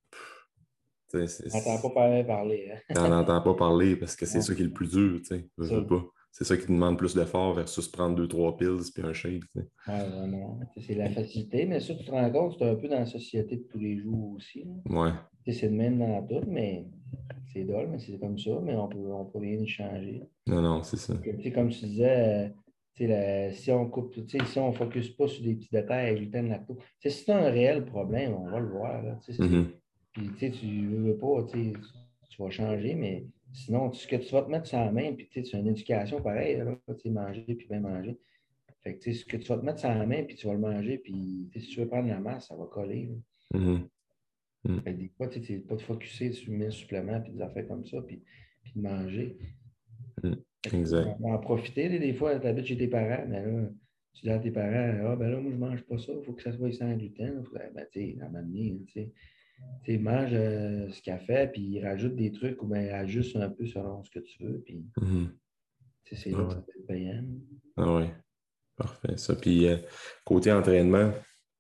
tu sais, On n'entend c'est- pas parler, parler. tu n'en Hein? entends pas parler parce que c'est Non, ça qui est le plus dur, tu sais, veux, ça. veux pas. C'est ça qui te demande plus d'efforts versus prendre deux, trois pills puis un shake, tu sais. Ouais, vraiment. Tu sais, c'est la facilité, mais ça, tu te rends compte, c'est un peu dans la société de tous les jours aussi. Là. Ouais, Tu sais, c'est le même dans tout, mais c'est drôle, mais c'est comme ça, mais on peut, on peut rien y changer. non, non, c'est ça. Tu sais, comme tu disais, euh, tu sais, la- si on coupe, tu sais, si on ne focus pas sur des petits détails, gluten, lactose, tu sais, si c'est un réel problème, on va le voir. Là, tu sais, c'est- Mhm, puis tu sais, tu veux veux pas, tu sais, tu tu vas changer, mais sinon, ce que tu vas te mettre sur la main, puis tu sais, c'est une éducation pareille, là, tu sais, manger, puis bien manger. Fait que, tu sais, ce que tu vas te mettre sur la main, puis tu vas le manger, puis tu sais, si tu veux prendre la masse, ça va coller. Là. mhm, mhm, Fait que des fois, tu sais, pas de focuser sur mes suppléments, puis des affaires comme ça, puis, puis de manger. mhm. Fait que, tu sais, Exact. en, en profiter, là, des fois, tu habites chez tes parents, mais là, tu dis à tes parents, ah ben là, moi, je mange pas ça, il faut que ça soit sans gluten. Faut, ben, tu sais, à un moment donné, tu sais, tu sais, mange euh, ce qu'elle fait, puis rajoute des trucs, ou bien ajuste un peu selon ce que tu veux, puis Mhm. tu sais, c'est Ah là que ouais. ça peut être payant. Ah ouais. Parfait. Ça. Puis, euh, côté entraînement,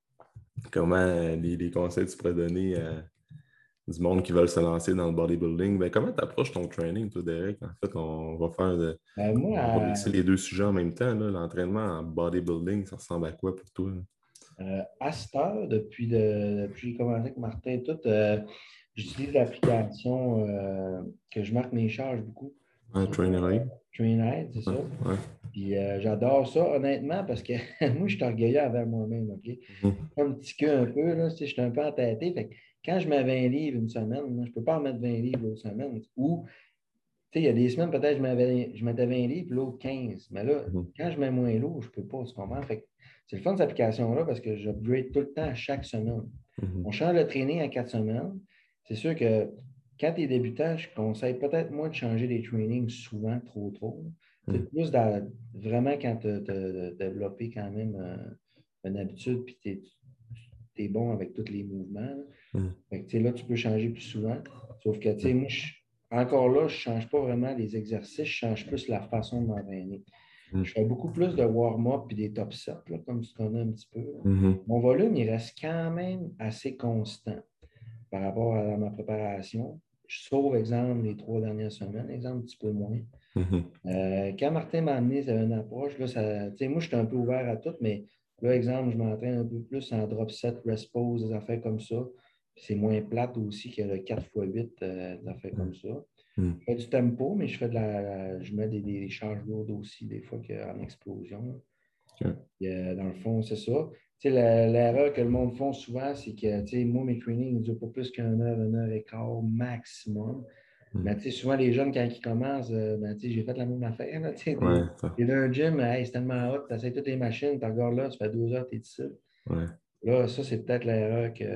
comment euh, les, les conseils que tu pourrais donner à du monde qui veulent se lancer dans le bodybuilding? Ben, comment tu approches ton training, toi, Derek? En fait, on va faire de, Ben, moi, on va à, mixer les deux sujets en même temps, là. L'entraînement en bodybuilding, ça ressemble à quoi pour toi, là? euh, à cette heure, depuis, le, depuis que j'ai commencé avec Martin, tout, euh, j'utilise l'application euh, que je marque mes charges beaucoup. Ah, Trainery? TrainAid, c'est Ouais. ça. Ouais. Puis euh, j'adore ça, honnêtement, parce que moi, je suis orgueilleux envers moi-même, OK? Mhm. Comme petit cul un peu, là, tu sais, je suis un peu entêté. Fait que quand je mets vingt livres une semaine, moi, je ne peux pas en mettre vingt livres l'autre semaine. Ou, tu sais, il y a des semaines, peut-être, je, m'avais- je mettais vingt livres, puis l'autre quinze. Mais là, Mhm. quand je mets moins lourd, je ne peux pas, tu comprends? Fait que c'est le fun de cette application-là parce que j'upgrade tout le temps à chaque semaine. On Mhm. change le training à quatre semaines. C'est sûr que quand tu es débutant, je conseille peut-être moins de changer les trainings souvent, trop, trop. C'est Mhm. plus dans- vraiment quand tu as développé quand même euh, une habitude puis tu es, bon avec tous les mouvements. Là. Mhm. Fait que, tu sais, là, tu peux changer plus souvent. Sauf que, tu sais, moi, je- encore là, je ne change pas vraiment les exercices, je change plus la façon de m'entraîner. Je Mhm. fais beaucoup plus de warm-up et des top sets, là, comme tu connais un petit peu. Là. Mhm. Mon volume, il reste quand même assez constant par rapport à ma préparation. Je sauve, exemple, les trois dernières semaines, exemple, un petit peu moins. Mhm. Euh, quand Martin m'a amené à une approche, là, ça, moi, je suis un peu ouvert à tout, mais là, exemple, je m'entraîne un peu plus en drop set, rest pose, des affaires comme ça. C'est moins plate aussi que le quatre fois huit, euh, des affaires comme ça. Mhm. Je fais du tempo, mais je fais de la. Je mets des, des charges lourdes aussi, des fois en explosion. OK. Puis, euh, dans le fond, c'est ça. Tu sais, la- l'erreur que le monde font souvent, c'est que, tu sais, moi, mes trainings ne durent pas plus qu'une heure, une heure et quart maximum. Mais, Mhm. tu sais, souvent, les jeunes, quand ils commencent, euh, ben, tu sais, j'ai fait la même affaire, là, tu sais, Ouais, des, ça. des dans un gym, hey, c'est tellement hot, tu essaies toutes les machines, tu regardes là, ça fait deux heures, tu es ici. Ouais. Là, ça, c'est peut-être l'erreur que,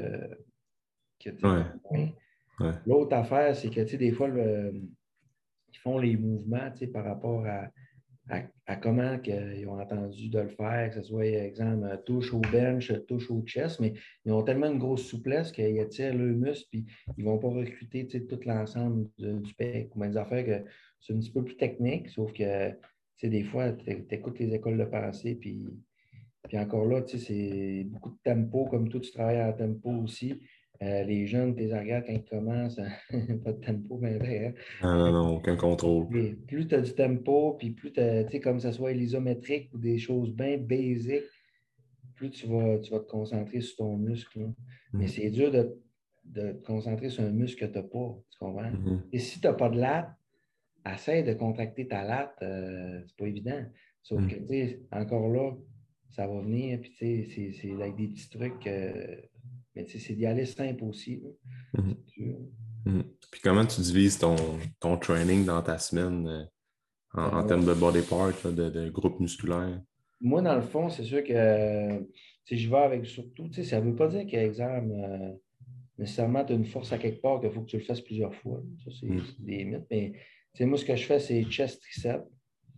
que tu Ouais. sais, Ouais. l'autre affaire, c'est que, tu sais, des fois, le- ils font les mouvements, tu sais, par rapport à à, à comment ils ont entendu de le faire, que ce soit, exemple, touche au bench, touche au chest, mais ils ont tellement une grosse souplesse qu'ils attirent le muscle, puis ils ne vont pas recruter tout l'ensemble du pec. Ou des affaires que c'est un petit peu plus technique, sauf que des fois, tu écoutes les écoles de pensée, puis, puis encore là, c'est beaucoup de tempo, comme toi, tu travailles en tempo aussi. Euh, les jeunes, tes regardes quand ils commencent, pas de tempo, mais vrai, hein? Non, non, non, aucun contrôle. Et plus tu as du tempo, puis plus tu sais, comme ce soit l'isométrique ou des choses bien basiques, plus tu vas, tu vas te concentrer sur ton muscle. Là. Mais Mhm. c'est dur de, de te concentrer sur un muscle que tu n'as pas. Tu comprends? Mhm. Et si tu n'as pas de latte, essaie de contracter ta latte. Euh, c'est pas évident. Sauf que, Mhm. tu sais, encore là, ça va venir, puis tu sais, c'est, c'est avec des petits trucs. Euh, mais tu sais, c'est d'y aller simple aussi. Là. Mhm. C'est sûr. Mhm. Puis comment tu divises ton, ton training dans ta semaine euh, en, en Euh, termes de body part, là, de, de groupe musculaire? Moi, dans le fond, c'est sûr que euh, si je vais avec surtout, tu sais, ça ne veut pas dire qu'exemple, euh, nécessairement, tu as une force à quelque part qu'il faut que tu le fasses plusieurs fois. Ça, c'est Mhm. c'est des mythes. Mais tu sais, moi, ce que je fais, c'est chest triceps.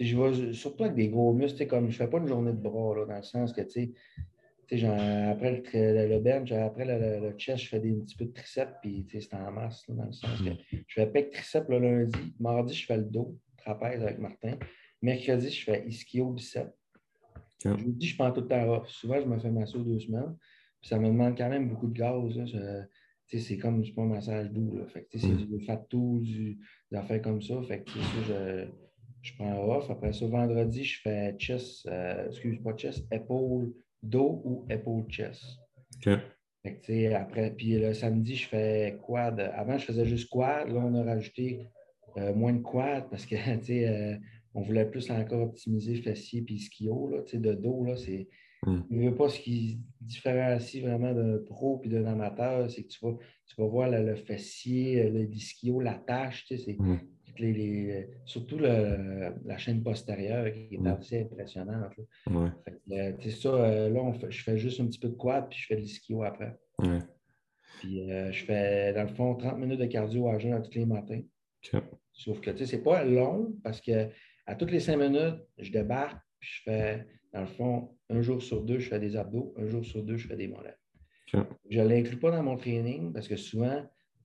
je vais surtout avec des gros muscles, comme je ne fais pas une journée de bras, là, dans le sens que, tu sais, tu sais, genre, après le, le, le bench, après le, le, le chest, je fais des un petit peu de triceps, puis c'est en masse, là, dans le sens que je fais pec triceps le lundi. Mardi, je fais le dos, trapèze avec Martin. Mercredi, je fais ischio biceps. Okay. Jeudi, je prends tout le temps off. Souvent, je me fais masser aux deux semaines. Puis ça me demande quand même beaucoup de gaz. Là. Je, c'est comme c'est pas un massage doux. Là. Fait que, c'est Mm. du fat tout, du, des affaires comme ça. Fait que, ça, je, je prends off. Après ça, vendredi, je fais chest, euh, excuse pas chest, épaule, dos ou épaule chest. Okay. Fait que, après, puis le samedi, je fais quad. Avant, je faisais juste quad. Là, on a rajouté euh, moins de quad parce que euh, on voulait plus encore optimiser fessier puis ischio. Là, de dos, là, c'est. Mm. Je ne veux pas ce qui différencie vraiment d'un pro et d'un amateur, c'est que tu vas, tu vas voir le, le fessier, l'ischio, la tâche, c'est Mm. les, les, surtout le, la chaîne postérieure qui est Mm. assez impressionnante. Là. Ouais. Fait que, ça, euh, là, on fait, je fais juste un petit peu de quad puis je fais de l'ischio après. Ouais. Puis euh, je fais, dans le fond, trente minutes de cardio à jeun tous les matins. Okay. Sauf que, tu sais, c'est pas long parce que à toutes les cinq minutes, je débarque puis je fais, dans le fond, un jour sur deux, je fais des abdos, un jour sur deux, je fais des mollets. Okay. Je ne l'inclus pas dans mon training parce que souvent,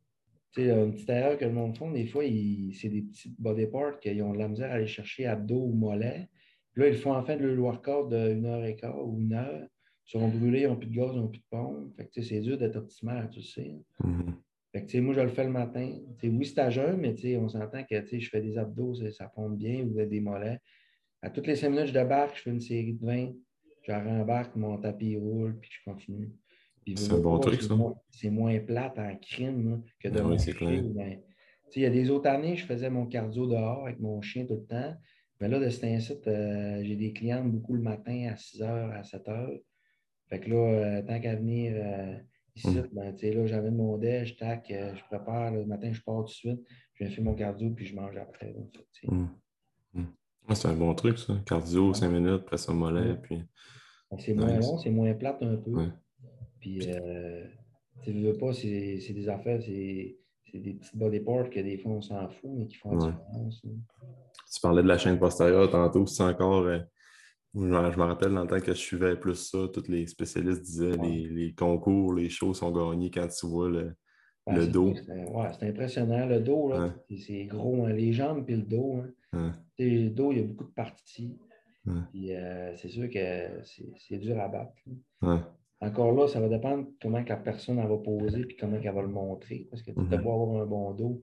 tu sais, une petite erreur que le monde font, des fois, ils, c'est des petits body parts qu'ils ont de la misère à aller chercher abdos ou mollets. Puis là, ils font en fin de le workout d'une heure et quart ou une heure. Ils sont brûlés, ils n'ont plus de gaz, ils n'ont plus de pompe. Fait que, tu sais, c'est dur d'être optimal, tu sais. Mm-hmm. Fait que, tu sais, moi, je le fais le matin. Tu sais, oui, c'est à jeun, mais tu sais, on s'entend que tu sais, je fais des abdos, ça, ça pompe bien, ou des mollets. À toutes les cinq minutes, je débarque, je fais une série de vingt, je rembarque, mon tapis roule, puis je continue. Puis, C'est un bon pas, truc, c'est ça. moins, c'est moins plate en crime là, que de Ah oui, c'est marcher. clair. Ben, il y a des autres années, je faisais mon cardio dehors avec mon chien tout le temps. Mais là, de cet incite, euh, j'ai des clientes beaucoup le matin à six heures, à sept heures. Fait que là, euh, tant qu'à venir euh, ici, Mm. ben, là, j'amène mon déj, tac, euh, je prépare. Le matin, je pars tout de suite. Je viens faire mon cardio, puis je mange après. Là, fait, Mm. Mm. Ouais, c'est un bon truc, ça. Cardio, cinq minutes, après ça, mollet, puis c'est moins nice. long, c'est moins plate un peu. Ouais. Puis, euh, tu ne veux pas, c'est, c'est des affaires, c'est, c'est des petites body parts que des fois on s'en fout, mais qui font la Ouais. différence. Hein. Tu parlais de la chaîne postérieure tantôt, c'est encore. Euh, je me je me rappelle dans le temps que je suivais plus ça, tous les spécialistes disaient Ouais. les, les concours, les shows sont gagnés quand tu vois le, Ben, le c'est, dos. c'est, ouais, c'est impressionnant. Le dos, là, Ouais. c'est, c'est gros. Hein. Les jambes puis le dos. Hein. Ouais. Le dos, il y a beaucoup de parties. Ouais. Puis, euh, c'est sûr que c'est, c'est dur à battre. Là. Ouais. Encore là, ça va dépendre comment que la personne elle va poser et comment elle va le montrer. Parce que tu Mm-hmm. dois avoir un bon dos.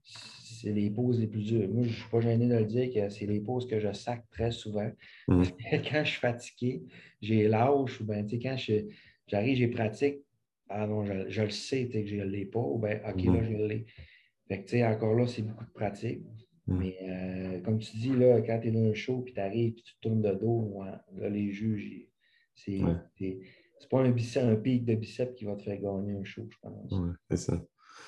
C'est les poses les plus dures. Moi, je ne suis pas gêné de le dire que c'est les poses que je sac très souvent. Mm. Parce que quand je suis fatigué, j'ai lâche ou bien, tu sais, quand je, j'arrive, j'ai pratique, ah non, je, je le sais que je ne l'ai pas, ou bien, OK, là, je Mm-hmm. l'ai. Fait que, tu sais, encore là, c'est beaucoup de pratique. Mm. Mais euh, comme tu dis, là, quand tu es dans un show, puis tu arrives, puis tu tournes de dos, ouais, là, les juges, ils- Ouais. c'est, c'est, c'est pas un, bicep, un pic de biceps qui va te faire gagner un show, je pense. Ouais, c'est ça.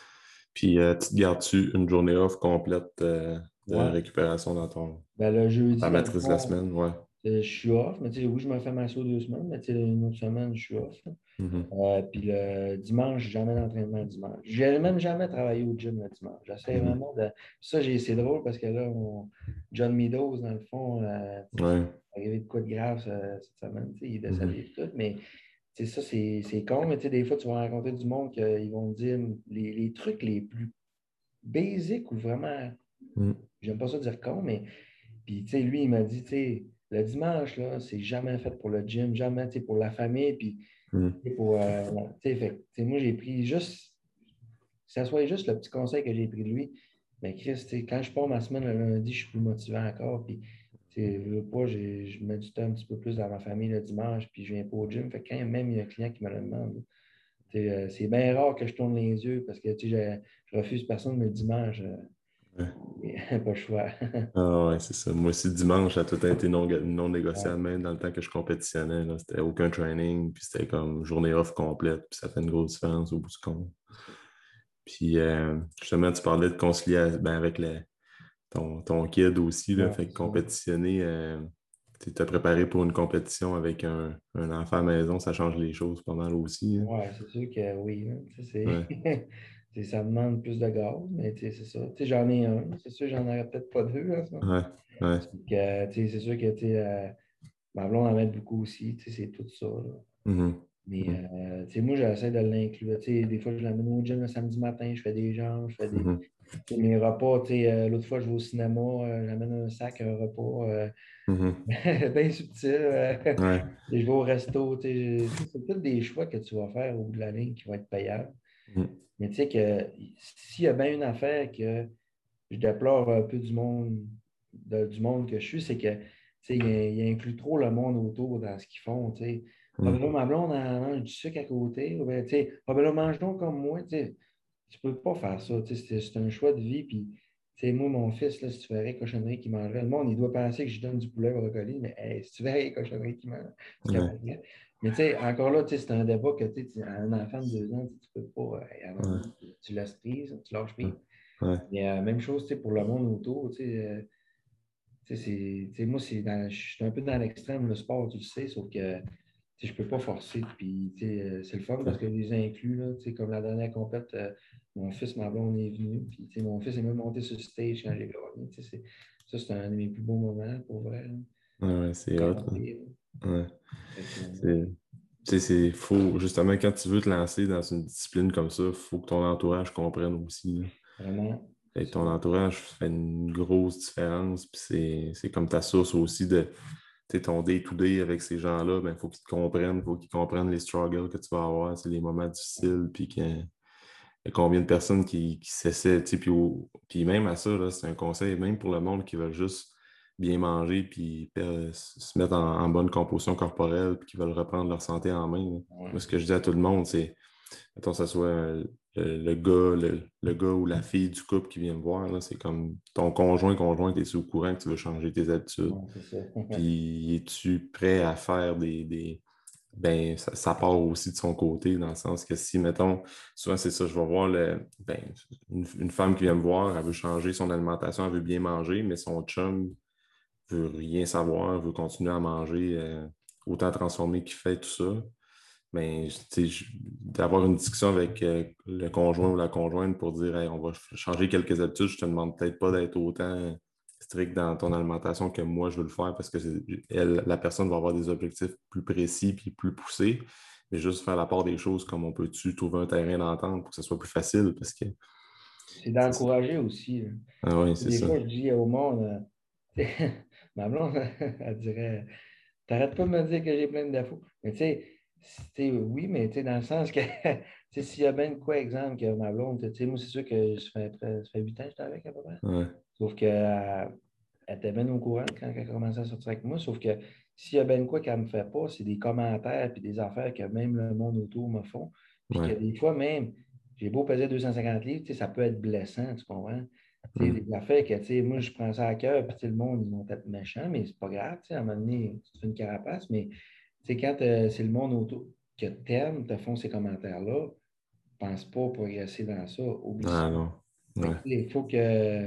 Puis, euh, tu te gardes-tu une journée off complète euh, de Ouais. récupération dans ton, Ben, le ta jeudi, dans le matrice de la fond, semaine? Ouais. euh, je suis off. Mais tu sais, oui, je me fais masser aux deux semaines, mais tu sais, une autre semaine, je suis off. Là. Mm-hmm. Euh, puis le dimanche, jamais d'entraînement le dimanche. Je n'ai même jamais travaillé au gym le dimanche. J'essaie Mm-hmm. vraiment de. Ça, j'ai... c'est drôle parce que là, on... John Meadows, dans le fond, euh, Ouais. il est arrivé de quoi de grave euh, cette semaine. Il est décédé Mm-hmm. et tout. Mais tu sais, ça, c'est, c'est con. Mais tu sais, des fois, tu vas rencontrer du monde qui vont te dire les, les trucs les plus basiques ou vraiment. Mm. J'aime pas ça dire con, mais. Puis, tu sais, lui, il m'a dit, tu sais, le dimanche, là, c'est jamais fait pour le gym, jamais, tu sais, pour la famille. Puis, Mm. pour, euh, tu sais, fait, tu sais, moi, j'ai pris juste, que ça soit juste le petit conseil que j'ai pris de lui. Mais Chris, tu sais, quand je pars ma semaine le lundi, je suis plus motivé encore. Puis, tu sais, je veux pas, j'ai- je mets du temps un petit peu plus dans ma famille le dimanche, puis je viens pas au gym. Fait que quand même, il y a un client qui me le demande, tu sais, euh, c'est bien rare que je tourne les yeux parce que, tu sais, je, je refuse personne, mais le dimanche, euh, Ouais. pas le choix. Ah ouais, c'est ça. Moi aussi, dimanche, ça a tout été non, non Ouais. négociable, même dans le temps que je compétitionnais. Là. C'était aucun training, puis c'était comme journée off complète, puis ça fait une grosse différence au bout du compte. Puis euh, justement, tu parlais de concilier ben, avec le, ton, ton kid aussi, là, Ouais, fait que c'est ça. compétitionner, euh, tu t'es préparé pour une compétition avec un, un enfant à la maison, ça change les choses pas mal aussi. Hein. Ouais, c'est sûr que oui. Hein. Tu sais, Ouais. c'est ça demande plus de gaz, mais c'est ça. J'en ai un. C'est sûr, j'en aurais peut-être pas deux. Là, ça. Ouais, ouais. C'est sûr que euh, ma blonde en met beaucoup aussi. C'est tout ça. Là. Mm-hmm. Mais euh, moi, j'essaie de l'inclure. Des fois, je l'amène au gym le samedi matin, je fais des jambes, je fais des. Mm-hmm. Mes repas, euh, l'autre fois, je vais au cinéma, euh, j'amène un sac, un repas euh, mm-hmm. bien subtil. Euh, ouais. Et je vais au resto. C'est tous des choix que tu vas faire au bout de la ligne qui vont être payables. Mm-hmm. Mais tu sais que s'il y a bien une affaire que je déplore un peu du monde, de, du monde que je suis, c'est que il, il inclut trop le monde autour dans ce qu'ils font. T'sais. Mm. Ah ben là, ma blonde, elle mange du sucre à côté. Ah ben, ah ben là, mange donc comme moi. T'sais. Tu peux pas faire ça. C'est, c'est un choix de vie. Puis, moi, mon fils, là, si tu verrais les cochonneries qu'il mangerait, le monde, il doit penser que je donne du poulet au brocoli, mais hey, si tu verrais les cochonneries qu'il mange, c'est ouais. Mais tu sais, encore là, c'est un débat que un enfant de deux ans, tu peux pas. Euh, ouais. tu, tu laisses prise, tu lâches prise. Ouais. Mais euh, même chose pour le monde autour. Euh, c'est, moi, c'est dans, je suis un peu dans l'extrême, le sport, tu le sais, sauf que je ne peux pas forcer. Puis, euh, c'est le fun parce que je les inclus. Là, comme la dernière compète, euh, mon fils, ma blonde est venu. Puis, mon fils est même monté sur le stage quand j'ai gagné. C'est, ça, c'est un de mes plus beaux moments, pour vrai. Là. Ouais, c'est hot. Ouais. C'est... Tu sais, c'est faux. Justement, quand tu veux te lancer dans une discipline comme ça, il faut que ton entourage comprenne aussi. Là. Vraiment. Et ton entourage fait une grosse différence. Puis c'est, c'est comme ta source aussi de ton day-to-day avec ces gens-là. Il ben, faut qu'ils te comprennent, il faut qu'ils comprennent les struggles que tu vas avoir, les moments difficiles. Puis qu'il y a combien de personnes qui, qui s'essaient. Puis, au, puis même à ça, là, c'est un conseil, même pour le monde qui veut juste bien manger puis euh, se mettre en, en bonne composition corporelle puis qui veulent reprendre leur santé en main. Ouais. Moi, ce que je dis à tout le monde, c'est, mettons, que ce soit le, le gars le, le gars ou la fille du couple qui vient me voir, là, c'est comme ton conjoint, conjointe, es-tu au courant que tu veux changer tes habitudes? Ouais, puis, es-tu prêt à faire des... des... Ben, ça, ça part aussi de son côté, dans le sens que si, mettons, souvent c'est ça, je vais voir le, ben, une, une femme qui vient me voir, elle veut changer son alimentation, elle veut bien manger, mais son chum veut rien savoir, veut continuer à manger euh, autant transformé qu'il fait, tout ça. Mais d'avoir une discussion avec euh, le conjoint ou la conjointe pour dire hey, on va changer quelques habitudes, je te demande peut-être pas d'être autant strict dans ton alimentation que moi je veux le faire parce que elle, la personne va avoir des objectifs plus précis et plus poussés. Mais juste faire la part des choses comme on peut-tu trouver un terrain d'entente pour que ce soit plus facile parce que. C'est d'encourager aussi. Hein. Ah oui, c'est des ça. Des fois, je dis au monde, euh, ma blonde, elle dirait t'arrêtes pas de me dire que j'ai plein de défauts. Mais tu sais, oui, mais tu sais, dans le sens que s'il y a bien de quoi, exemple, que ma blonde, tu sais, moi, c'est sûr que ça fait, ça fait huit ans que j'étais avec à peu près. Ouais. Sauf qu'elle était bien au courant quand elle a commencé à sortir avec moi. Sauf que s'il y a bien de quoi qu'elle ne me fait pas, c'est des commentaires et des affaires que même le monde autour me font. Puis ouais. que des fois, même, j'ai beau peser deux cent cinquante livres, ça peut être blessant, tu comprends? Tu sais, mm. des affaires que, tu sais, moi, je prends ça à cœur, puis le monde, ils vont être méchants, mais c'est pas grave, tu sais, à un moment donné, tu te fais une carapace, mais, tu sais, quand euh, c'est le monde autour que t'aimes, te font ces commentaires-là, pense pas progresser dans ça, oublie ah, ça. Non. Ouais. Il faut que,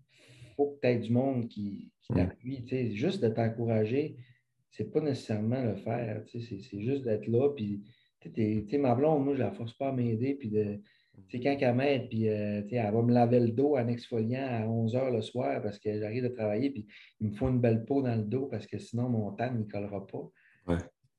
faut que tu aies du monde qui, qui t'appuie, mm. tu sais, juste de t'encourager, c'est pas nécessairement le faire, tu sais, c'est, c'est juste d'être là, puis, tu sais, ma blonde, moi, je la force pas à m'aider, puis de... C'est quand qu'elle m'aide, puis euh, elle va me laver le dos en exfoliant à onze heures le soir parce que j'arrive de travailler, puis il me faut une belle peau dans le dos parce que sinon mon tan ne collera pas. Ouais.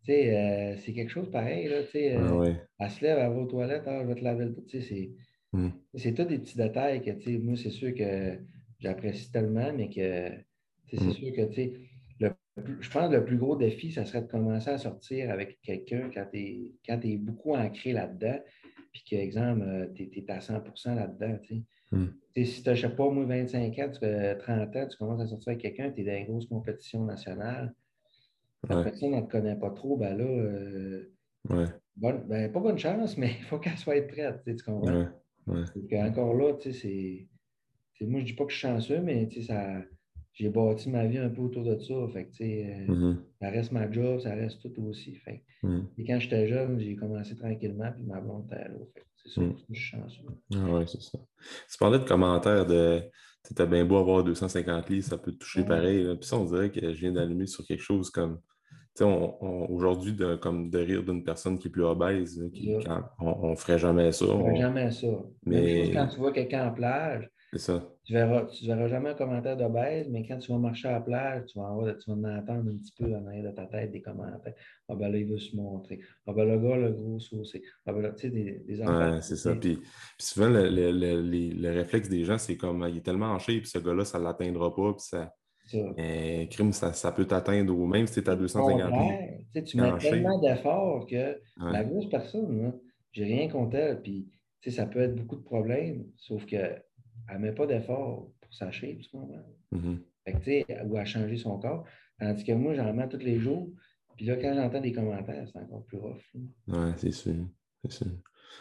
Euh, c'est quelque chose pareil. Là, euh, ah ouais. Elle se lève, elle va aux toilettes, ah, je vais te laver le dos. C'est, mm. c'est tous des petits détails que moi, c'est sûr que j'apprécie tellement, mais que c'est mm. sûr que le, je pense que le plus gros défi, ça serait de commencer à sortir avec quelqu'un quand tu es beaucoup ancré là-dedans. Puis que, exemple, tu es à cent pour cent là-dedans. Mm. Si tu n'as, je sais pas, moi, vingt-cinq ans, tu as trente ans, tu commences à sortir avec quelqu'un, tu es dans une grosse compétition nationale. La ouais. personne, elle ne te connaît pas trop, ben là, euh, ouais. bonne, ben, pas bonne chance, mais il faut qu'elle soit prête, tu comprends? Ouais. Ouais. Donc, encore là, tu sais, c'est. Moi, je ne dis pas que je suis chanceux, mais ça, j'ai bâti ma vie un peu autour de ça. Fait que, euh, mm-hmm. ça reste ma job, ça reste tout aussi. Fait. Mm. Et quand j'étais jeune, j'ai commencé tranquillement, puis ma blonde était là. C'est sûr mm. que je suis chanceux. Ah oui, c'est ça. Tu parlais de commentaires de t'as bien beau avoir deux cent cinquante livres, ça peut te toucher ouais. pareil. Là. Puis ça, on dirait que je viens d'allumer sur quelque chose comme sais, on, on, aujourd'hui, de, comme de rire d'une personne qui est plus obèse, qui, Yeah. quand, on ne ferait jamais ça. Tu ne ferais On, jamais ça. Même chose quand mais tu vois quelqu'un en plage, c'est ça. tu verras, tu verras jamais un commentaire d'obèse, mais quand tu vas marcher à la plage, tu vas, avoir, tu vas en entendre un petit peu en arrière de ta tête des commentaires. Ah ben là, il veut se montrer. Ah ben le gars, le gros saucé. Ah ben là, tu sais, des, des affaires. Ouais, c'est ça. Puis, puis souvent, le, le, le, les- le réflexe des gens, c'est comme il est tellement hanché, puis ce gars-là, ça ne l'atteindra pas, puis ça. Ça. Mais crime, ça, ça peut t'atteindre, ou même si tu es à Au deux cent cinquante livres, contraire, tu sais, tu t'es mets en shape. tellement d'efforts que la Ouais. grosse personne, là, j'ai rien contre elle, puis tu sais, ça peut être beaucoup de problèmes, sauf qu'elle ne met pas d'efforts pour sa shape, tu comprends? Mhm. Fait que, tu sais, ou à changer son corps. Tandis que moi, j'en mets tous les jours. Puis là, quand j'entends des commentaires, c'est encore plus rough. Là. Ouais, c'est sûr. C'est sûr.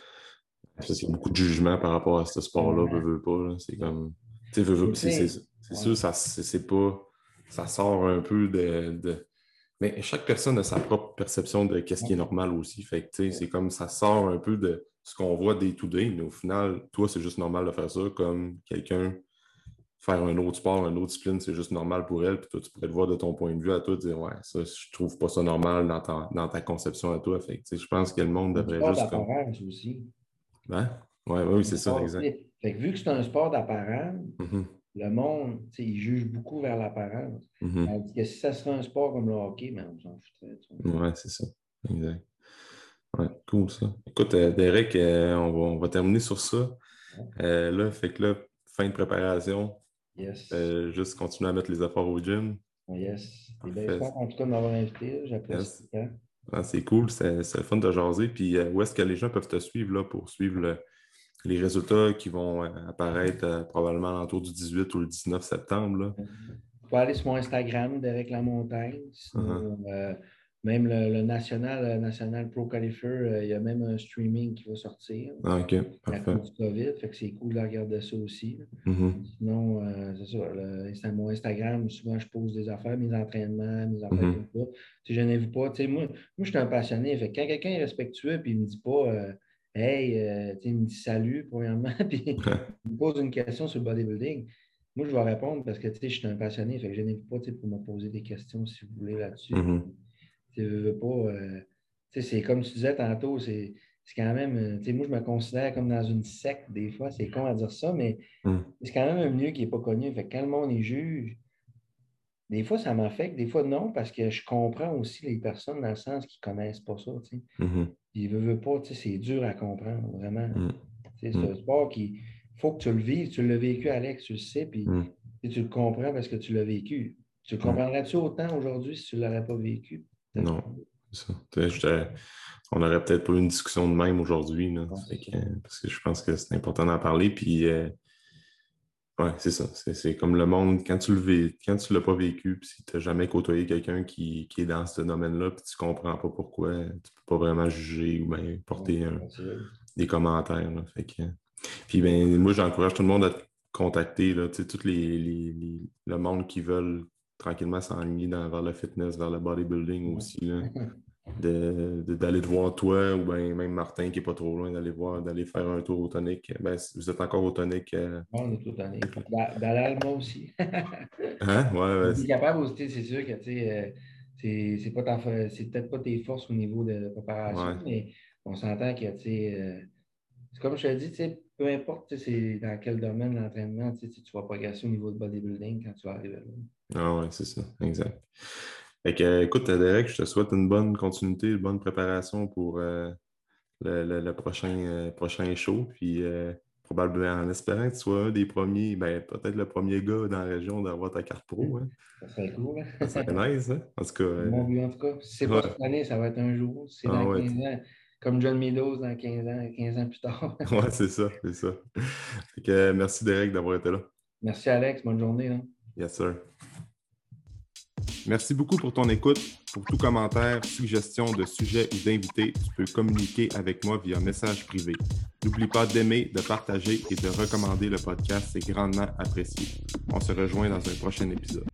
Parce qu'il y a beaucoup de jugement par rapport à ce sport-là, veux, veux pas. Là. C'est comme. Tu sais, veux, veux, Mais puis tu c'est c'est- sais, c'est ouais, sûr, ça, c'est c'est pas. Ça sort un peu de, de- Mais chaque personne a sa propre perception de qu'est-ce qui est ouais, normal aussi. Fait que, tu sais, c'est comme ça sort un peu de ce qu'on voit day to day, mais au final, toi, c'est juste normal de faire ça, comme quelqu'un faire un autre sport, une autre discipline, c'est juste normal pour elle. Puis toi, tu pourrais le voir de ton point de vue à toi, dire ouais, ça, je trouve pas ça normal dans ta, dans ta conception à toi. Fait que, tu sais, je pense que le monde c'est du devrait sport juste comme. d'apparence aussi. Ben, ouais, ouais, oui, Un c'est ça, sport, tu exact. sais, fait que vu que c'est un sport d'apparence, Mhm, le monde, tu sais, il juge beaucoup vers l'apparence. mhm. Tandis que si ça serait un sport comme le hockey, ben, on s'en foutrait. Tu vois. Ouais, c'est ça. Exact. Ouais, cool ça. Écoute, euh, Derek, euh, on va, on va terminer sur ça. Ouais. Euh, là, fait que là, fin de préparation, Yes. euh, juste continuer à mettre les efforts au gym. Yes. T'es bien Parfait. smart en tout cas de m'avoir invité. là. J'apprécie Yes. tout le temps. Ah, c'est cool, c'est c'est le fun de jaser. Puis euh, où est-ce que les gens peuvent te suivre là, pour suivre le- les résultats qui vont euh, apparaître euh, probablement autour du dix-huit ou le dix-neuf septembre là? Tu peux aller sur mon Instagram, Derek Lamontagne. Uh-huh. Sinon, euh, même le, le National, le National Pro Qualifier, euh, il y a même un streaming qui va sortir Ah, OK, à parfait. cause du COVID. Fait que c'est cool de regarder ça aussi. Là. Mhm, Sinon, euh, c'est ça. le- Insta- mon Instagram, souvent, je pose des affaires, mes entraînements, mes affaires mhm. comme ça. Tu sais, je n'ai pas. Tu sais, moi, moi, je suis un passionné. Fait que quand quelqu'un est respectueux et il ne me dit pas euh, Hey, euh, tu sais, il me dit salut, premièrement, puis il me pose une question sur le bodybuilding. Moi, je vais répondre parce que tu sais, je suis un passionné. Fait que je n'ai pas tu sais, pour me poser des questions si vous voulez là-dessus. Mhm, Tu sais, veux, veux pas. euh, tu sais, c'est comme tu disais tantôt, c'est c'est quand même. euh, Tu sais, moi, je me considère comme dans une secte des fois. C'est con à dire ça, mais mhm. c'est quand même un milieu qui n'est pas connu. Fait que quand le monde y juge, des fois, ça m'affecte, des fois, non, parce que je comprends aussi les personnes dans le sens qu'ils ne connaissent pas ça. Tu sais. Mhm, Ils ne veulent pas, tu sais, c'est dur à comprendre, vraiment. mhm, Tu sais, c'est un mhm, sport qui. Il faut que tu le vives. Tu l'as vécu, Alex, tu le sais, puis mhm, tu sais, tu le comprends parce que tu l'as vécu. Tu le mhm. comprendrais-tu autant aujourd'hui si tu ne l'aurais pas vécu? Peut-être Non, pas. c'est ça. Tu sais, j'étais- on n'aurait peut-être pas eu une discussion de même aujourd'hui, là. Ouais, Fait c'est ça. que, euh, parce que je pense que c'est important d'en parler. Puis, euh, ouais, c'est ça. C'est c'est comme le monde, quand tu le vis, quand tu l'as pas vécu, puis si tu n'as jamais côtoyé quelqu'un qui, qui est dans ce domaine-là, puis tu comprends pas pourquoi, tu peux pas vraiment juger ou bien Ouais, porter un- c'est vrai. des commentaires, là. Fait que, puis, ben, moi, j'encourage tout le monde à te contacter, là, tu sais, tous les, les- les- le monde qui veulent tranquillement s'enligner dans- vers le fitness, vers le bodybuilding Ouais. aussi, là. de, de- d'aller te voir toi ou ben, même Martin qui n'est pas trop loin, d'aller voir, d'aller faire un tour au tonic. Ben, si vous êtes encore au tonic. euh, On est tout donné. Da- Dalal, moi aussi. Hein? Ouais, ouais, Tu es c'est- capable aussi, c'est sûr que tu sais, euh, c'est c'est pas ta fa- c'est peut-être pas tes forces au niveau de préparation, ouais. mais on s'entend que tu sais, euh, c'est comme je te dis, tu sais, peu importe tu sais, c'est dans quel domaine l'entraînement, tu sais, tu tu vas progresser au niveau de bodybuilding quand tu vas arriver là. Ah ouais, c'est ça, exact. Fait que, euh, écoute, Derek, je te souhaite une bonne continuité, une bonne préparation pour euh, le, le- le prochain, euh, prochain show. Puis euh, probablement en espérant que tu sois un des premiers, ben, peut-être le premier gars dans la région d'avoir ta carte pro. Hein. Ça serait cool. Ça Hein? serait nice, hein? En tout cas, C'est mon euh, but en tout cas. Si c'est pas ouais. cette année, ça va être un jour. Si c'est Ah dans ouais, quinze ans, comme John Meadows dans quinze ans, quinze ans plus tard. ouais, c'est ça, c'est ça. Fait que, euh, merci Derek d'avoir été là. Merci Alex, bonne journée. Hein? Yes, sir. Merci beaucoup pour ton écoute. Pour tout commentaire, suggestion de sujet ou d'invité, tu peux communiquer avec moi via message privé. N'oublie pas d'aimer, de partager et de recommander le podcast, c'est grandement apprécié. On se rejoint dans un prochain épisode.